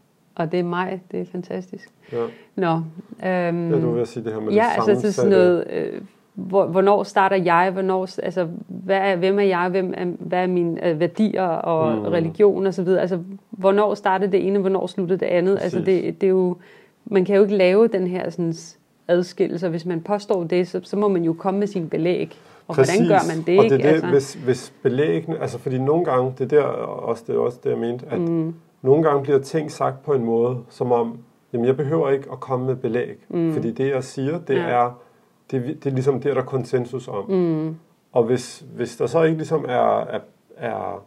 og det er mig, det er fantastisk. Ja. Nå. Øhm, ja, du vil sige det her med ja, det sammensatte. Altså, det er sådan noget... Øh, Hvornår starter jeg? Hvornår, altså, hvad er, hvem er jeg? Hvem er, hvad er mine øh, værdier og mm. religion og så videre? Altså, hvornår starter det ene? Hvornår slutter det andet? Præcis. Altså, det, det er jo, man kan jo ikke lave den her sådan, adskillelse. Hvis man påstår det, så, så må man jo komme med sin belæg. Og præcis. Hvordan gør man det? Og det er det, altså? hvis, hvis belæggene, altså fordi nogle gange, det er der også det, er også det jeg mente, at mm. nogle gange bliver ting sagt på en måde, som om, jamen jeg behøver ikke at komme med belæg, mm. fordi det jeg siger, det ja. er Det, det er ligesom det, der er konsensus om. Mm. Og hvis, hvis der så ikke ligesom er, er, er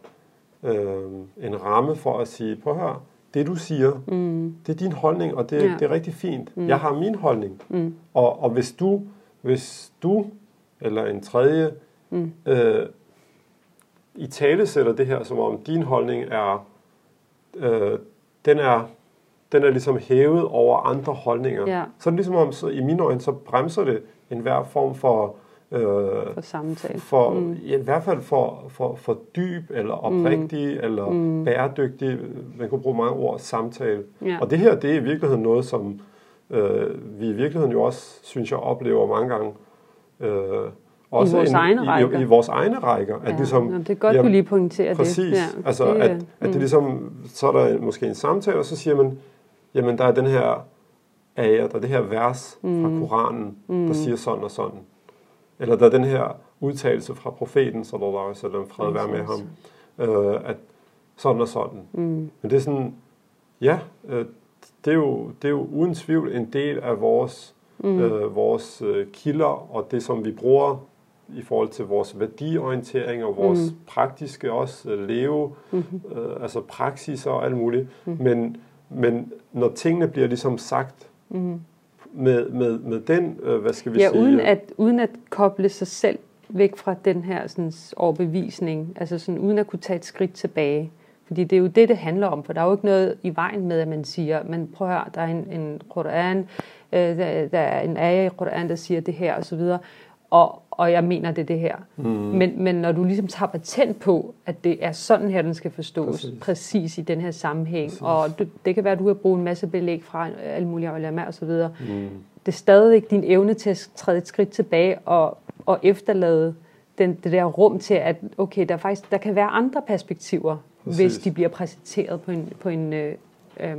øh, en ramme for at sige, prøv at høre, det du siger, mm. det er din holdning, og det, ja. det er rigtig fint. Mm. Jeg har min holdning. Mm. Og, og hvis du, hvis du eller en tredje mm. øh, i tale sætter det her, som om din holdning er, øh, den er, den er ligesom hævet over andre holdninger, ja. så er det ligesom om, så i mine øjne, så bremser det enhver form for Øh, for samtale. For, mm. I hvert fald for, for, for dyb, eller oprigtig, mm. eller mm. bæredygtig, man kunne bruge mange ord, samtale. Ja. Og det her, det er i virkeligheden noget, som øh, vi i virkeligheden jo også, synes jeg, oplever mange gange. Øh, også I vores en, egne rækker. I, i vores egne rækker. Ja. At ligesom, Nå, det er godt, jamen, du lige pointerer præcis, det. Præcis. Ja, altså, det, at, mm. at det ligesom, så er der måske en samtale, og så siger man, jamen, der er den her ayah, der er det her vers mm. fra Koranen, mm. der siger sådan og sådan. Eller der er den her udtalelse fra profeten, sallallahu alaihi wasallam, fred være med ham, øh, at sådan og sådan. Mm. Men det er sådan, ja, øh, det, er jo, det er jo uden tvivl en del af vores, mm. øh, vores øh, kilder, og det som vi bruger i forhold til vores værdiorientering og vores mm. praktiske også øh, leve, mm-hmm. øh, altså praksis og alt muligt. Mm. Men, men når tingene bliver ligesom sagt, mm. Med, med, med den, øh, hvad skal vi ja, sige? Uden at, uden at koble sig selv væk fra den her sådan, overbevisning, altså sådan, uden at kunne tage et skridt tilbage. Fordi det er jo det, det handler om, for der er jo ikke noget i vejen med, at man siger, men prøv at høre, der er en, en Koran, øh, der, der er en ayah i Koran, der siger det her, og så videre, og, og jeg mener, det er det her. Mm. Men, men når du ligesom tager patent på, at det er sådan her, den skal forstås, præcis, præcis i den her sammenhæng, præcis. Og du, det kan være, at du har brugt en masse belæg fra alle mulige ulama og så videre. Mm. Det er stadigvæk din evne til at træde et skridt tilbage og, og efterlade den, det der rum til, at okay, der, faktisk, der kan være andre perspektiver, præcis, hvis de bliver præsenteret på en, på en øh, øh,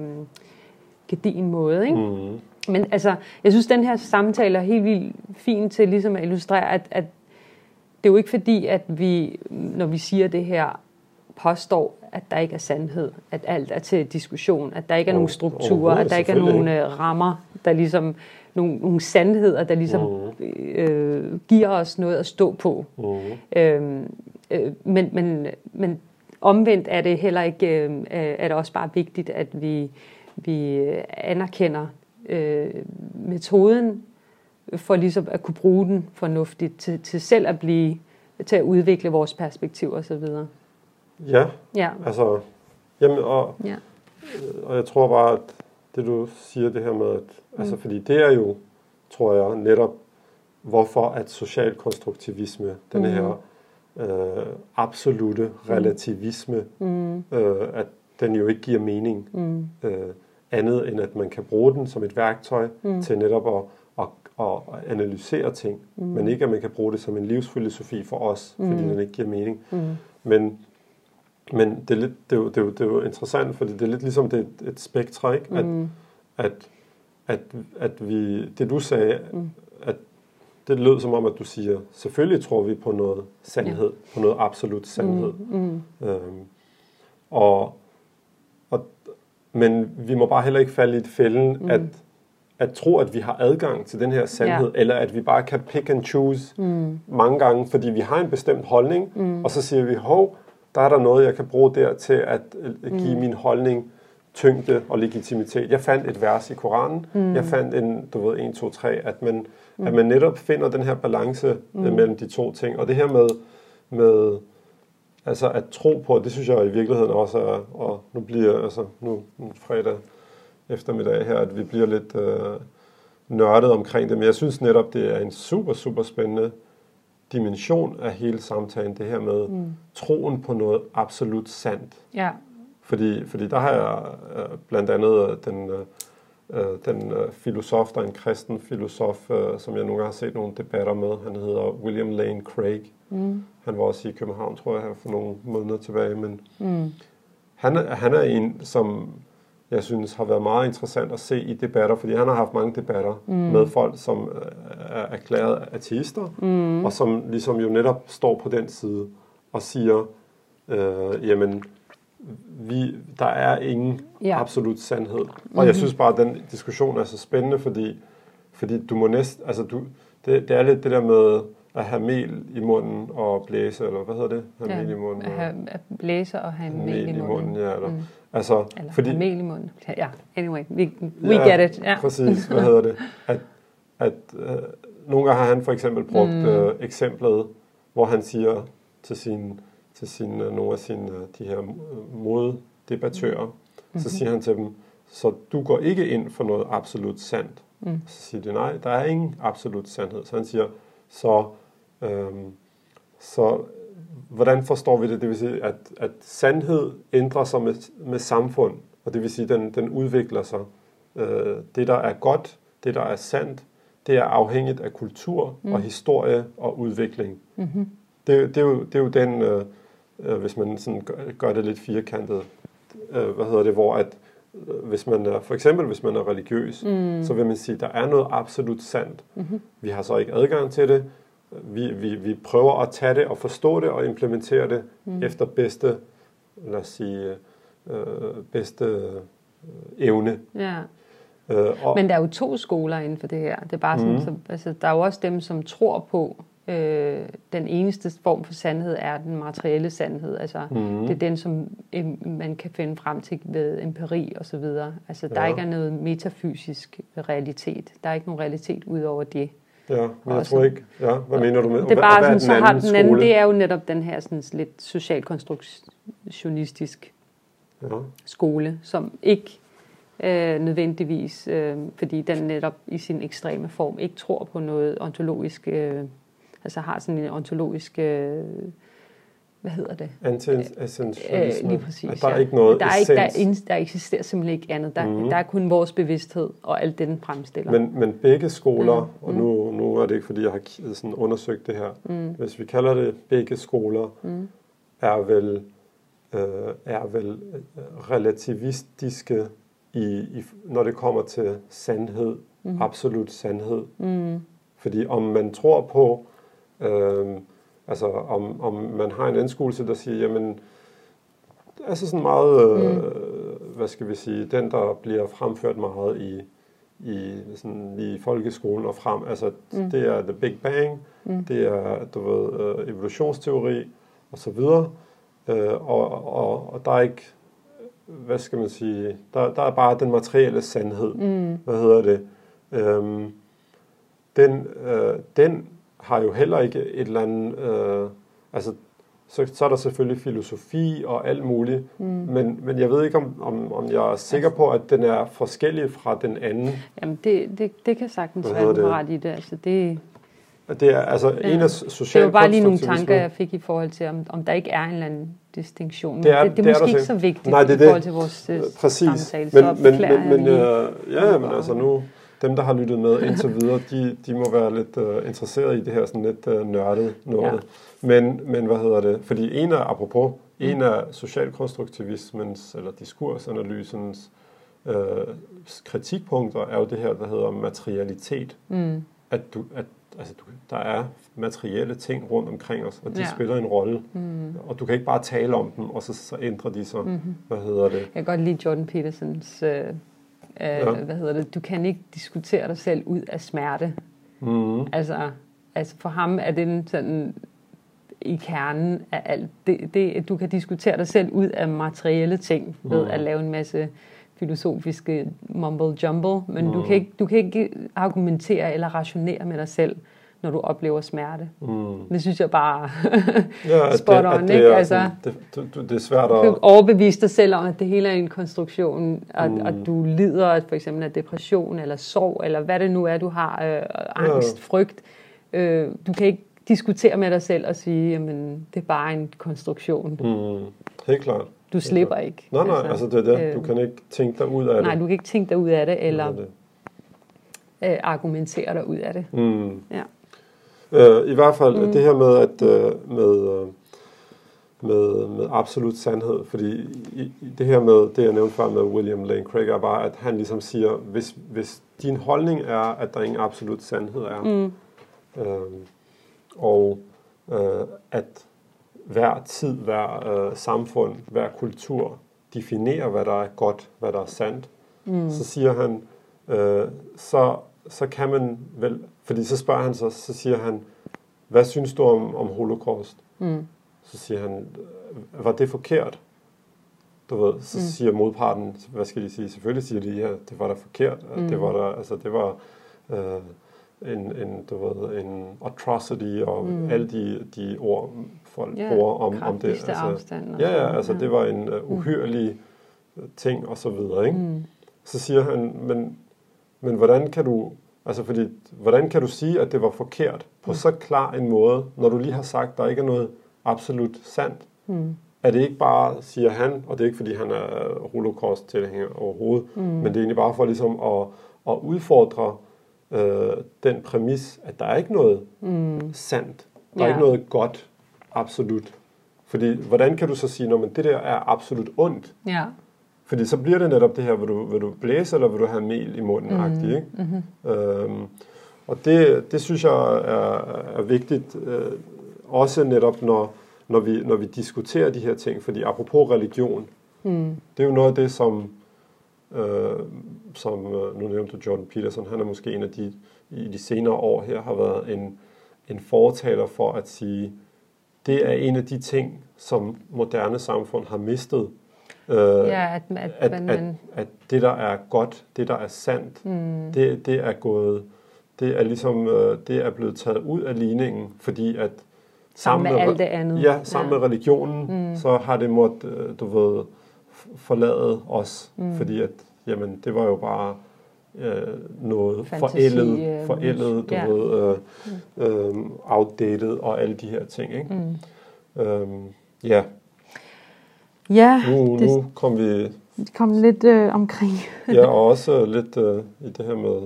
gedigen måde, ikke? Mm. Men altså, jeg synes, den her samtale er helt vildt fin til ligesom at illustrere, at, at det er jo ikke fordi, at vi, når vi siger det her, påstår, at der ikke er sandhed, at alt er til diskussion, at der ikke er oh, nogen strukturer, at der ikke er nogen øh, rammer, der ligesom, nogle, nogle sandheder, der ligesom mm. øh, giver os noget at stå på. Mm. Øhm, øh, men, men, men omvendt er det heller ikke, øh, er det også bare vigtigt, at vi, vi anerkender Øh, metoden for ligesom at kunne bruge den fornuftigt til, til selv at blive til at udvikle vores perspektiv og så videre. Ja, ja. altså jamen, og, ja. og jeg tror bare, at det du siger det her med, at, mm. altså fordi det er jo, tror jeg, netop hvorfor at socialkonstruktivisme, mm. den her øh, absolute relativisme, mm. øh, at den jo ikke giver mening. Mm. Øh, andet end at man kan bruge den som et værktøj mm. til netop at, at, at analysere ting, mm. men ikke at man kan bruge det som en livsfilosofi for os, mm. fordi den ikke giver mening. Mm. Men, men det, er lidt, det, er jo, det, er jo, det er jo interessant, fordi det er lidt ligesom det er et, et spektre, ikke? At, mm. at, at, at vi, det du sagde, mm. at det lød som om, at du siger, selvfølgelig tror vi på noget sandhed, ja. På noget absolut sandhed. Mm. Mm. Øhm, og Men vi må bare heller ikke falde i et fælden, mm. at, at tro, at vi har adgang til den her sandhed, ja. Eller at vi bare kan pick and choose mm. mange gange, fordi vi har en bestemt holdning, mm. og så siger vi, hov, der er der noget, jeg kan bruge der til at give mm. min holdning tyngde og legitimitet. Jeg fandt et vers i Koranen, mm. jeg fandt en, du ved, en, to, tre, at man, mm. at man netop finder den her balance mm. mellem de to ting. Og det her med, med altså at tro på, det synes jeg i virkeligheden også er, og nu bliver altså nu fredag eftermiddag her, at vi bliver lidt øh, nørdet omkring det, men jeg synes netop, det er en super, super spændende dimension af hele samtalen, det her med mm. troen på noget absolut sandt. Ja. Fordi, fordi der har jeg øh, blandt andet den, øh, den øh, filosof, der er en kristen filosof, øh, som jeg nogle gange har set nogle debatter med, han hedder William Lane Craig. Mm. Han var også i København, tror jeg, her for nogle måneder tilbage, men mm. han, han er en, som jeg synes har været meget interessant at se i debatter, fordi han har haft mange debatter mm. med folk, som er erklæret ateister, mm. og som ligesom jo netop står på den side og siger, øh, jamen, vi, der er ingen ja. absolut sandhed. Mm-hmm. Og jeg synes bare, at den diskussion er så spændende, fordi, fordi du må næsten, altså du, det, det er lidt det der med at have mel i munden og blæse, eller hvad hedder det? Have ja, mel i munden. At, have, at blæse og have mel, mel i munden. munden ja, eller, mm. altså, eller fordi, have mel i munden. Ja, anyway, we, we ja, get it. Ja. Præcis, hvad hedder det? At, at øh, nogle gange har han for eksempel brugt mm. øh, eksemplet, hvor han siger til sin til sine, nogle af sine, de her moddebattører, mm-hmm. så siger han til dem, så du går ikke ind for noget absolut sandt. Mm. Så siger de, nej, der er ingen absolut sandhed. Så han siger, så Øhm, så hvordan forstår vi det? Det vil sige, at, at sandhed ændrer sig med, med samfund, og det vil sige, at den, den udvikler sig. Øh, det, der er godt, det, der er sandt, det er afhængigt af kultur mm. og historie og udvikling. Mm-hmm. Det, det, er jo, det er jo den, øh, øh, hvis man sådan gør, gør det lidt firkantet, øh, hvad hedder det, hvor at, øh, hvis man er, for eksempel hvis man er religiøs, mm. så vil man sige, at der er noget absolut sandt. Mm-hmm. Vi har så ikke adgang til det. Vi, vi, vi prøver at tage det og forstå det og implementere det mm. efter bedste, lad os sige, øh, bedste øh, evne. Ja. Øh, og, Men der er jo to skoler inden for det her. Det er bare sådan, mm. så, altså, der er jo også dem, som tror på, øh, den eneste form for sandhed er den materielle sandhed. Altså, mm. det er den, som øh, man kan finde frem til ved empiri og så videre. Altså, der ja. ikke er noget metafysisk realitet. Der er ikke nogen realitet ud over det. Ja, men jeg tror ikke. Ja, hvad mener du med? Det er bare hvad, sådan, hvad så den har den anden, skole? det er jo netop den her sådan lidt socialkonstruktionistisk ja. skole, som ikke øh, nødvendigvis, øh, fordi den netop i sin ekstreme form ikke tror på noget ontologisk, øh, altså har sådan en ontologisk, øh, hvad hedder det? Anti-essentialisme. Øh, lige præcis, at der er ja. ikke noget der er essens. ikke, der, er, der eksisterer simpelthen ikke andet. Der, mm. der er kun vores bevidsthed og alt det, den fremstiller. Men, men begge skoler, mm. og Mm. nu, nu er det ikke, fordi jeg har sådan undersøgt det her, mm. hvis vi kalder det begge skoler, mm. er vel, øh, er vel relativistiske, i, i, når det kommer til sandhed, mm. absolut sandhed. Mm. Fordi om man tror på, øh, altså om, om man har en anskuelse, der siger, jamen, altså sådan meget, øh, mm. hvad skal vi sige, den der bliver fremført meget i, i, sådan, i folkeskolen og frem, altså mm. det er The Big Bang, mm. det er, du ved, øh, evolutionsteori og så videre, øh, og, og, og der er ikke, hvad skal man sige, der, der er bare den materielle sandhed, mm. hvad hedder det, øhm, den, øh, den har jo heller ikke et eller andet, øh, altså så, så er der selvfølgelig filosofi og alt muligt, mm. men, men jeg ved ikke, om, om, om jeg er sikker på, at den er forskellig fra den anden. Jamen, det, det, det kan sagtens være, du ret i det. Altså, det, det er altså ja. en af social. Det var bare lige nogle tanker, jeg fik i forhold til, om, om der ikke er en eller anden distinktion. Men det er, det, det er det måske er ikke så vigtigt Nej, det er i forhold til vores uh, Præcis. samtale. Men, så men, men, men jeg øh, ja, men altså nu, dem der har lyttet med indtil videre, de, de må være lidt uh, interesserede i det her sådan lidt uh, nørdet noget. Ja. Men, men hvad hedder det? Fordi en af, apropos, mm. en af socialkonstruktivismens, eller diskursanalysens øh, kritikpunkter er jo det her, der hedder materialitet. Mm. At, du, at altså, du, der er materielle ting rundt omkring os, og de ja. spiller en rolle. Mm. Og du kan ikke bare tale om dem, og så, så ændrer de sig. Mm-hmm. Hvad hedder det? Jeg kan godt lide Jordan Petersons, øh, øh, ja. hvad hedder det? Du kan ikke diskutere dig selv ud af smerte. Mm. Altså, altså for ham er det sådan i kernen af alt. Det, det, du kan diskutere dig selv ud af materielle ting ved mm. at lave en masse filosofiske mumble jumble, men mm. du, kan ikke, du kan ikke argumentere eller rationere med dig selv, når du oplever smerte. Mm. Det synes jeg bare ja, spot on, ikke? Er, altså, det, det, det er svært at... Du kan overbevise dig selv om, at det hele er en konstruktion, og, mm. og du lider for eksempel af depression, eller sorg, eller hvad det nu er, du har, øh, angst, ja. frygt. Øh, du kan ikke diskutere med dig selv og sige, jamen, det er bare en konstruktion. Mm. Helt klart. Du slipper ikke. Nej, nej, altså, altså det er det. Du øh, kan ikke tænke dig ud af det. Nej, du kan ikke tænke dig ud af det, eller det. Øh, argumentere dig ud af det. Mm. Ja. Øh, I hvert fald mm. det her med, at, øh, med, med, med absolut sandhed, fordi i, i det her med, det jeg nævnte før med William Lane Craig, er bare, at han ligesom siger, hvis, hvis din holdning er, at der ingen absolut sandhed er, mm. øh, og øh, at hver tid, hver øh, samfund, hver kultur definerer, hvad der er godt, hvad der er sandt, mm. så siger han, øh, så, så kan man vel, fordi så spørger han så, så siger han, hvad synes du om, om holocaust? Mm. Så siger han, var det forkert? Du ved, så mm. siger modparten, hvad skal de sige? Selvfølgelig siger de, ja, det var da forkert. Mm. Det var der, altså det var øh, en, en, du ved, en atrocity og mm. alle de, de ord, folk ja, bruger om, om det. Altså, afstand, ja, ja, altså ja. det var en uh, uhyrlig ting og så videre, ikke? Mm. Så siger han, men, men hvordan kan du Altså fordi, hvordan kan du sige, at det var forkert på mm. så klar en måde, når du lige har sagt, at der ikke er noget absolut sandt? Mm. Er det ikke bare, siger han, og det er ikke fordi han er holocaust-tilhænger overhovedet, mm. men det er egentlig bare for ligesom at, at udfordre øh, den præmis, at der er ikke noget mm. sandt. Der er ja. ikke noget godt, absolut. Fordi, hvordan kan du så sige, at det der er absolut ondt? Ja. Fordi så bliver det netop det her, vil du, vil du blæse, eller vil du have mel i munden-agtigt, mm. ikke? Mm-hmm. Øhm, og det, det synes jeg er, er vigtigt, øh, også netop når, når, vi, når vi diskuterer de her ting. Fordi apropos religion, mm. det er jo noget af det, som, øh, som nu nævnte Jordan Peterson, han er måske en af de, i de senere år her, har været en, en fortaler for at sige, det er en af de ting, som moderne samfund har mistet. Øh, ja, at, at, at, man, at, at det, der er godt, det, der er sandt, mm. det, det er gået, det er ligesom, øh, det er blevet taget ud af ligningen, fordi at sammen med, med alt det andet. Ja, sammen ja. med religionen, mm. så har det måttet, du ved, forlade os, mm. fordi at, jamen, det var jo bare øh, noget Fantasi, forældet, forældet, du ja. ved, øh, øh, outdated og alle de her ting, ikke? Mm. Øhm, ja. Ja, nu, det, nu kom vi kom lidt øh, omkring. ja, og også lidt øh, i det her med,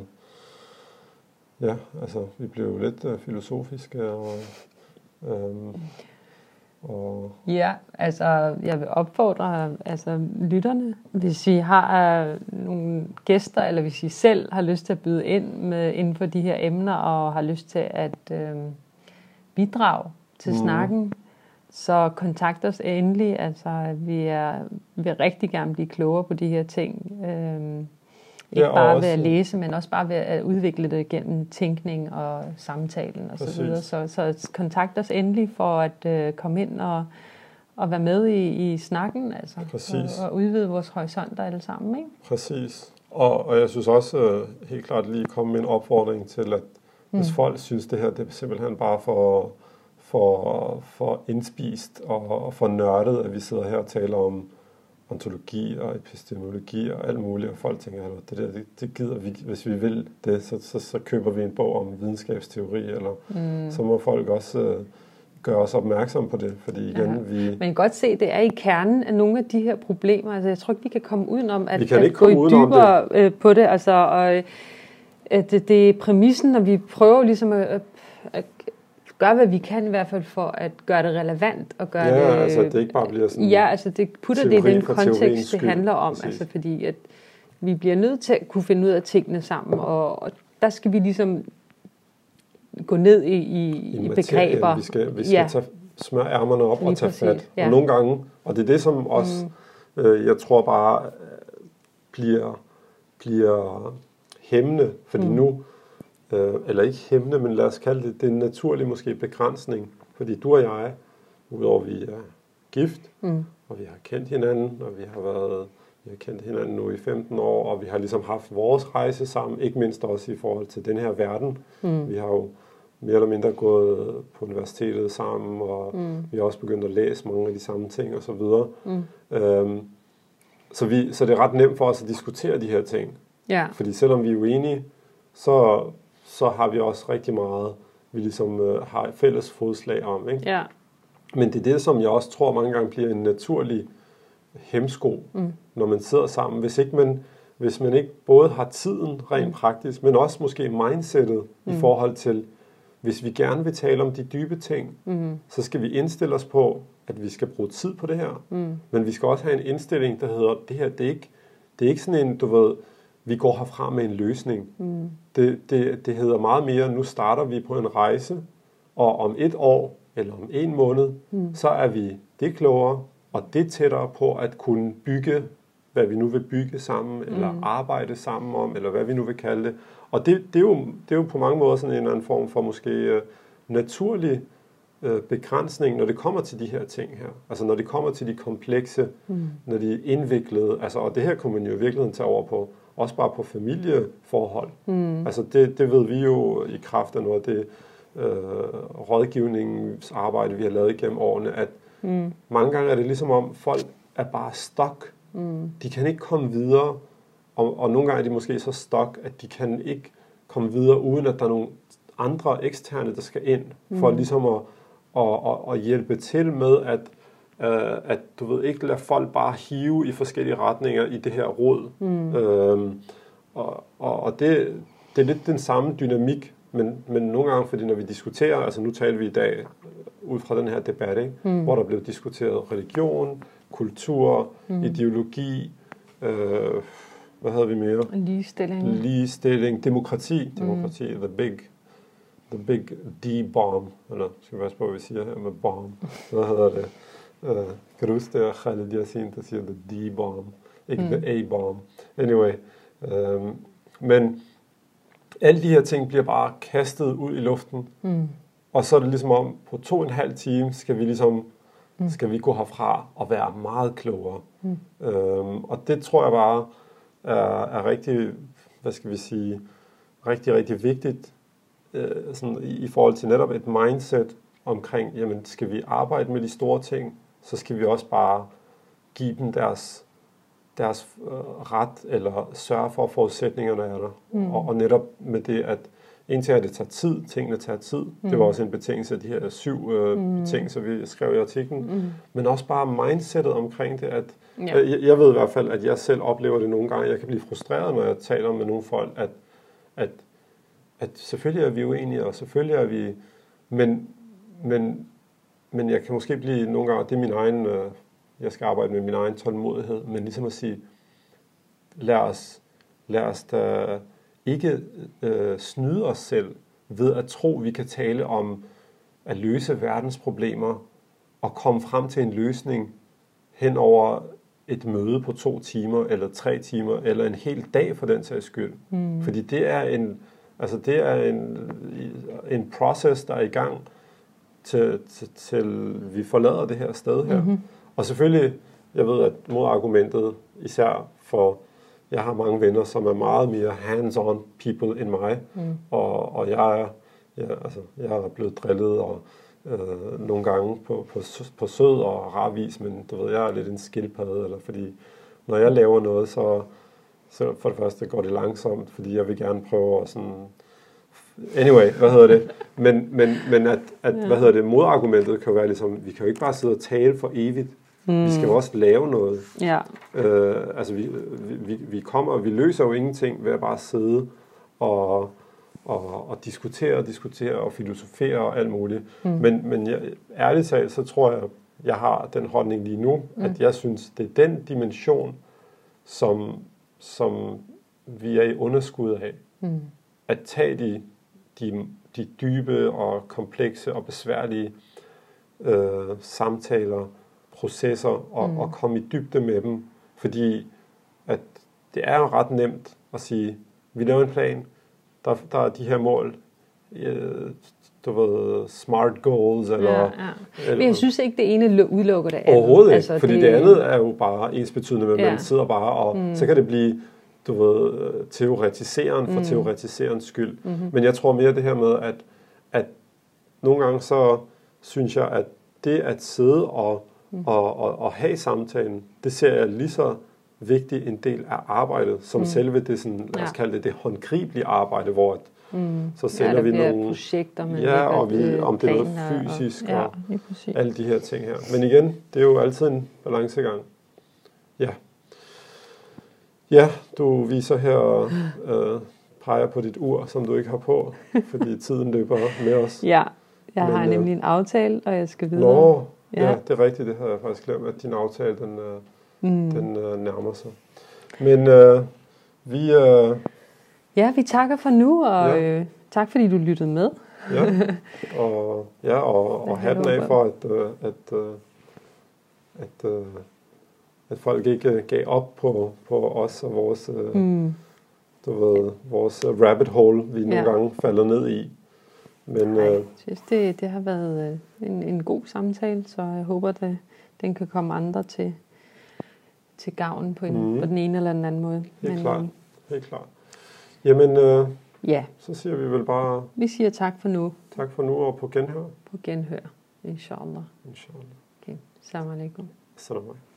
ja, altså vi blev lidt øh, filosofiske og, øh, og ja, altså jeg vil opfordre altså lytterne, hvis I har øh, nogle gæster, eller hvis I selv har lyst til at byde ind med inden for de her emner og har lyst til at øh, bidrage til mm. snakken, så kontakt os endelig. Altså, vi er vil rigtig gerne blive klogere på de her ting. Øhm, ikke ja, bare også ved at læse, men også bare ved at udvikle det gennem tænkning og samtalen og så videre. Så, så kontakt os endelig for at øh, komme ind og, og være med i, i snakken, altså, og, og udvide vores horisonter alle sammen. Ikke? Præcis. Og, og jeg synes også øh, helt klart lige komme med en opfordring til, at hvis mm. folk synes, det her det er simpelthen bare for For, for indspist og for nørdet, at vi sidder her og taler om ontologi og epistemologi og alt muligt, og folk tænker, at det der, det, det gider vi, hvis vi vil det, så, så, så køber vi en bog om videnskabsteori, eller mm. så må folk også uh, gøre os opmærksom på det, fordi igen, ja. vi... Man kan godt se, at det er i kernen af nogle af de her problemer, altså jeg tror ikke, vi kan komme udenom at, vi kan at ikke gå komme dybere det. på det, altså, og at det, det er præmissen, når vi prøver ligesom at, at gør, hvad vi kan i hvert fald for at gøre det relevant og gøre ja, det... altså det ikke bare bliver sådan... Ja, altså det putter det i den kontekst, det handler om, præcis. Altså fordi at vi bliver nødt til at kunne finde ud af tingene sammen, og, og der skal vi ligesom gå ned i, i, I, i begreber. Vi skal, vi skal ja. tage, smøre ærmerne op lige og tage præcis. fat. Ja. Og nogle gange, og det er det, som også, mm. øh, jeg tror bare, bliver, bliver hæmmende, fordi mm. nu... Øh, eller ikke hæmmende, men lad os kalde det, det er en naturlig måske begrænsning, fordi du og jeg, udover vi er gift, mm. og vi har kendt hinanden, og vi har været, vi har kendt hinanden nu i femten år, og vi har ligesom haft vores rejse sammen, ikke mindst også i forhold til den her verden. Mm. Vi har jo mere eller mindre gået på universitetet sammen, og mm. vi har også begyndt at læse mange af de samme ting, og så videre. Mm. Øhm, så, vi, så det er ret nemt for os at diskutere de her ting. Yeah. Fordi selvom vi er uenige, så så har vi også rigtig meget, vi ligesom øh, har et fælles fodslag om. Ikke? Ja. Men det er det, som jeg også tror mange gange bliver en naturlig hemsko, mm. når man sidder sammen. Hvis, ikke man, hvis man ikke både har tiden rent mm. praktisk, men også måske mindsetet mm. i forhold til, hvis vi gerne vil tale om de dybe ting, mm. så skal vi indstille os på, at vi skal bruge tid på det her. Mm. Men vi skal også have en indstilling, der hedder, det her, det er ikke, det er ikke sådan en, du ved, vi går herfra med en løsning. Mm. Det, det, det hedder meget mere, nu starter vi på en rejse, og om et år, eller om en måned, mm. så er vi det klogere, og det tættere på at kunne bygge, hvad vi nu vil bygge sammen, mm. eller arbejde sammen om, eller hvad vi nu vil kalde det. Og det, det, er, jo, det er jo på mange måder sådan en eller anden form for måske uh, naturlig uh, begrænsning, når det kommer til de her ting her. Altså når det kommer til de komplekse, mm. når de er indviklede, altså, og det her kunne man jo i virkeligheden tage over på, også bare på familieforhold. Mm. Altså det, det ved vi jo i kraft af noget af det øh, rådgivningsarbejde, vi har lavet igennem årene, at mm. mange gange er det ligesom om, folk er bare stuck. Mm. De kan ikke komme videre, og, og nogle gange er de måske så stuck, at de kan ikke komme videre, uden at der er nogle andre eksterne, der skal ind, for mm. ligesom at, at, at, at hjælpe til med, at, uh, at du ved, ikke lade folk bare hive i forskellige retninger i det her råd. Mm. Øhm, og og, og det, det er lidt den samme dynamik, men, men nogle gange, fordi når vi diskuterer, altså nu taler vi i dag ud fra den her debat, ikke, mm. hvor der blev diskuteret religion, kultur, mm. ideologi, øh, hvad havde vi mere? Ligestilling. Ligestilling, demokrati, demokrati, mm. the big, the big D-bomb, eller skal vi passe på, hvad vi siger her med bomb, hvad hedder det? Uh, kan du huske det, Khaled Yassin, der siger the D-bomb, ikke mm. the A-bomb. Anyway, um, men alle de her ting bliver bare kastet ud i luften, mm. og så er det ligesom om, på to og en halv time skal vi ligesom, mm. skal vi gå herfra og være meget klogere. Mm. Um, og det tror jeg bare er, er rigtig, hvad skal vi sige, rigtig, rigtig vigtigt, uh, sådan i, i forhold til netop et mindset omkring, jamen skal vi arbejde med de store ting, så skal vi også bare give dem deres deres øh, ret, eller sørge for, at forudsætningerne er der. Mm. Og, og netop med det, at indtil at det tager tid, tingene tager tid, mm. det var også en betingelse af de her syv øh, mm. betingelser, vi skrev i artiklen, mm. men også bare mindsetet omkring det, at ja. jeg, jeg ved i hvert fald, at jeg selv oplever det nogle gange, jeg kan blive frustreret, når jeg taler med nogle folk, at, at, at selvfølgelig er vi uenige, og selvfølgelig er vi, men, men, men jeg kan måske blive nogle gange, det er min egen øh, jeg skal arbejde med min egen tålmodighed, men ligesom at sige, lad os, lad os da ikke øh, snyde os selv ved at tro, vi kan tale om at løse verdens problemer og komme frem til en løsning hen over et møde på to timer, eller tre timer, eller en hel dag for den sags skyld. Mm. Fordi det er en, altså det er en, en proces, der er i gang til, til, til vi forlader det her sted her. Mm-hmm. Og selvfølgelig, jeg ved, at modargumentet, især for, jeg har mange venner, som er meget mere hands-on people end mig, mm. og, og jeg er, ja, altså, jeg er blevet drillet og, øh, nogle gange på, på, på sød og rar vis, men du ved, jeg er lidt en skildpadde, eller fordi, når jeg laver noget, så, så for det første går det langsomt, fordi jeg vil gerne prøve at sådan, anyway, hvad hedder det? Men, men, men at, at ja. hvad hedder det, modargumentet kan jo være ligesom, vi kan jo ikke bare sidde og tale for evigt. Mm. Vi skal jo også lave noget. Ja. Øh, altså vi, vi, vi kommer, og vi løser jo ingenting ved at bare sidde og, og, og diskutere og diskutere og filosofere og alt muligt. Mm. Men, men jeg, ærligt talt, så tror jeg, jeg har den holdning lige nu, mm. at jeg synes, det er den dimension, som, som vi er i underskud af. Mm. At tage de, de, de dybe og komplekse og besværlige øh, samtaler, processer og, mm. og komme i dybde med dem, fordi at det er jo ret nemt at sige, vi laver en plan, der, der er de her mål, øh, du ved, smart goals, eller... Ja, ja. Eller, men jeg synes ikke, det ene udelukker det andet. Overhovedet ikke, altså, fordi det, det andet er jo bare ensbetydende med, at ja. man sidder bare, og mm. så kan det blive, du ved, teoretiseren for mm. teoretiserens skyld. Mm-hmm. Men jeg tror mere det her med, at, at nogle gange så synes jeg, at det at sidde og Mm. Og, og, og have samtalen, det ser jeg lige så vigtig en del af arbejdet, som mm. selve det, sådan, lad os kalde det, det håndgribelige arbejde, hvor at, mm. så sender ja, vi nogle projekter, men ja, og vi, om det er noget fysisk og, ja, og alle de her ting her. Men igen, det er jo altid en balancegang. Ja. Ja, du viser her, øh, peger på dit ur, som du ikke har på, fordi tiden løber med os. Ja, jeg men, har nemlig en aftale, og jeg skal videre. Nå, Ja. ja, det er rigtigt. Det havde jeg faktisk glemt, at din aftale, den, øh, mm. den øh, nærmer sig. Men øh, vi... Øh, ja, vi takker for nu, og ja. øh, tak fordi du lyttede med. ja, og, ja, og, og hatten af for, at, øh, at, øh, at, øh, at folk ikke gav op på, på os og vores, øh, mm. du ved, vores rabbit hole, vi nogle ja. gange falder ned i. Men, Nej, jeg synes, det, det har været en, en god samtale, så jeg håber, at den kan komme andre til, til gavn på, en, mm. på den ene eller den anden måde. Helt Men, klart. Helt klart. Jamen, øh, ja. så siger vi vel bare... Vi siger tak for nu. Tak for nu, og på genhør. På genhør, inshallah. Inshallah. Okay. Assalamu alaikum. Assalamu alaikum.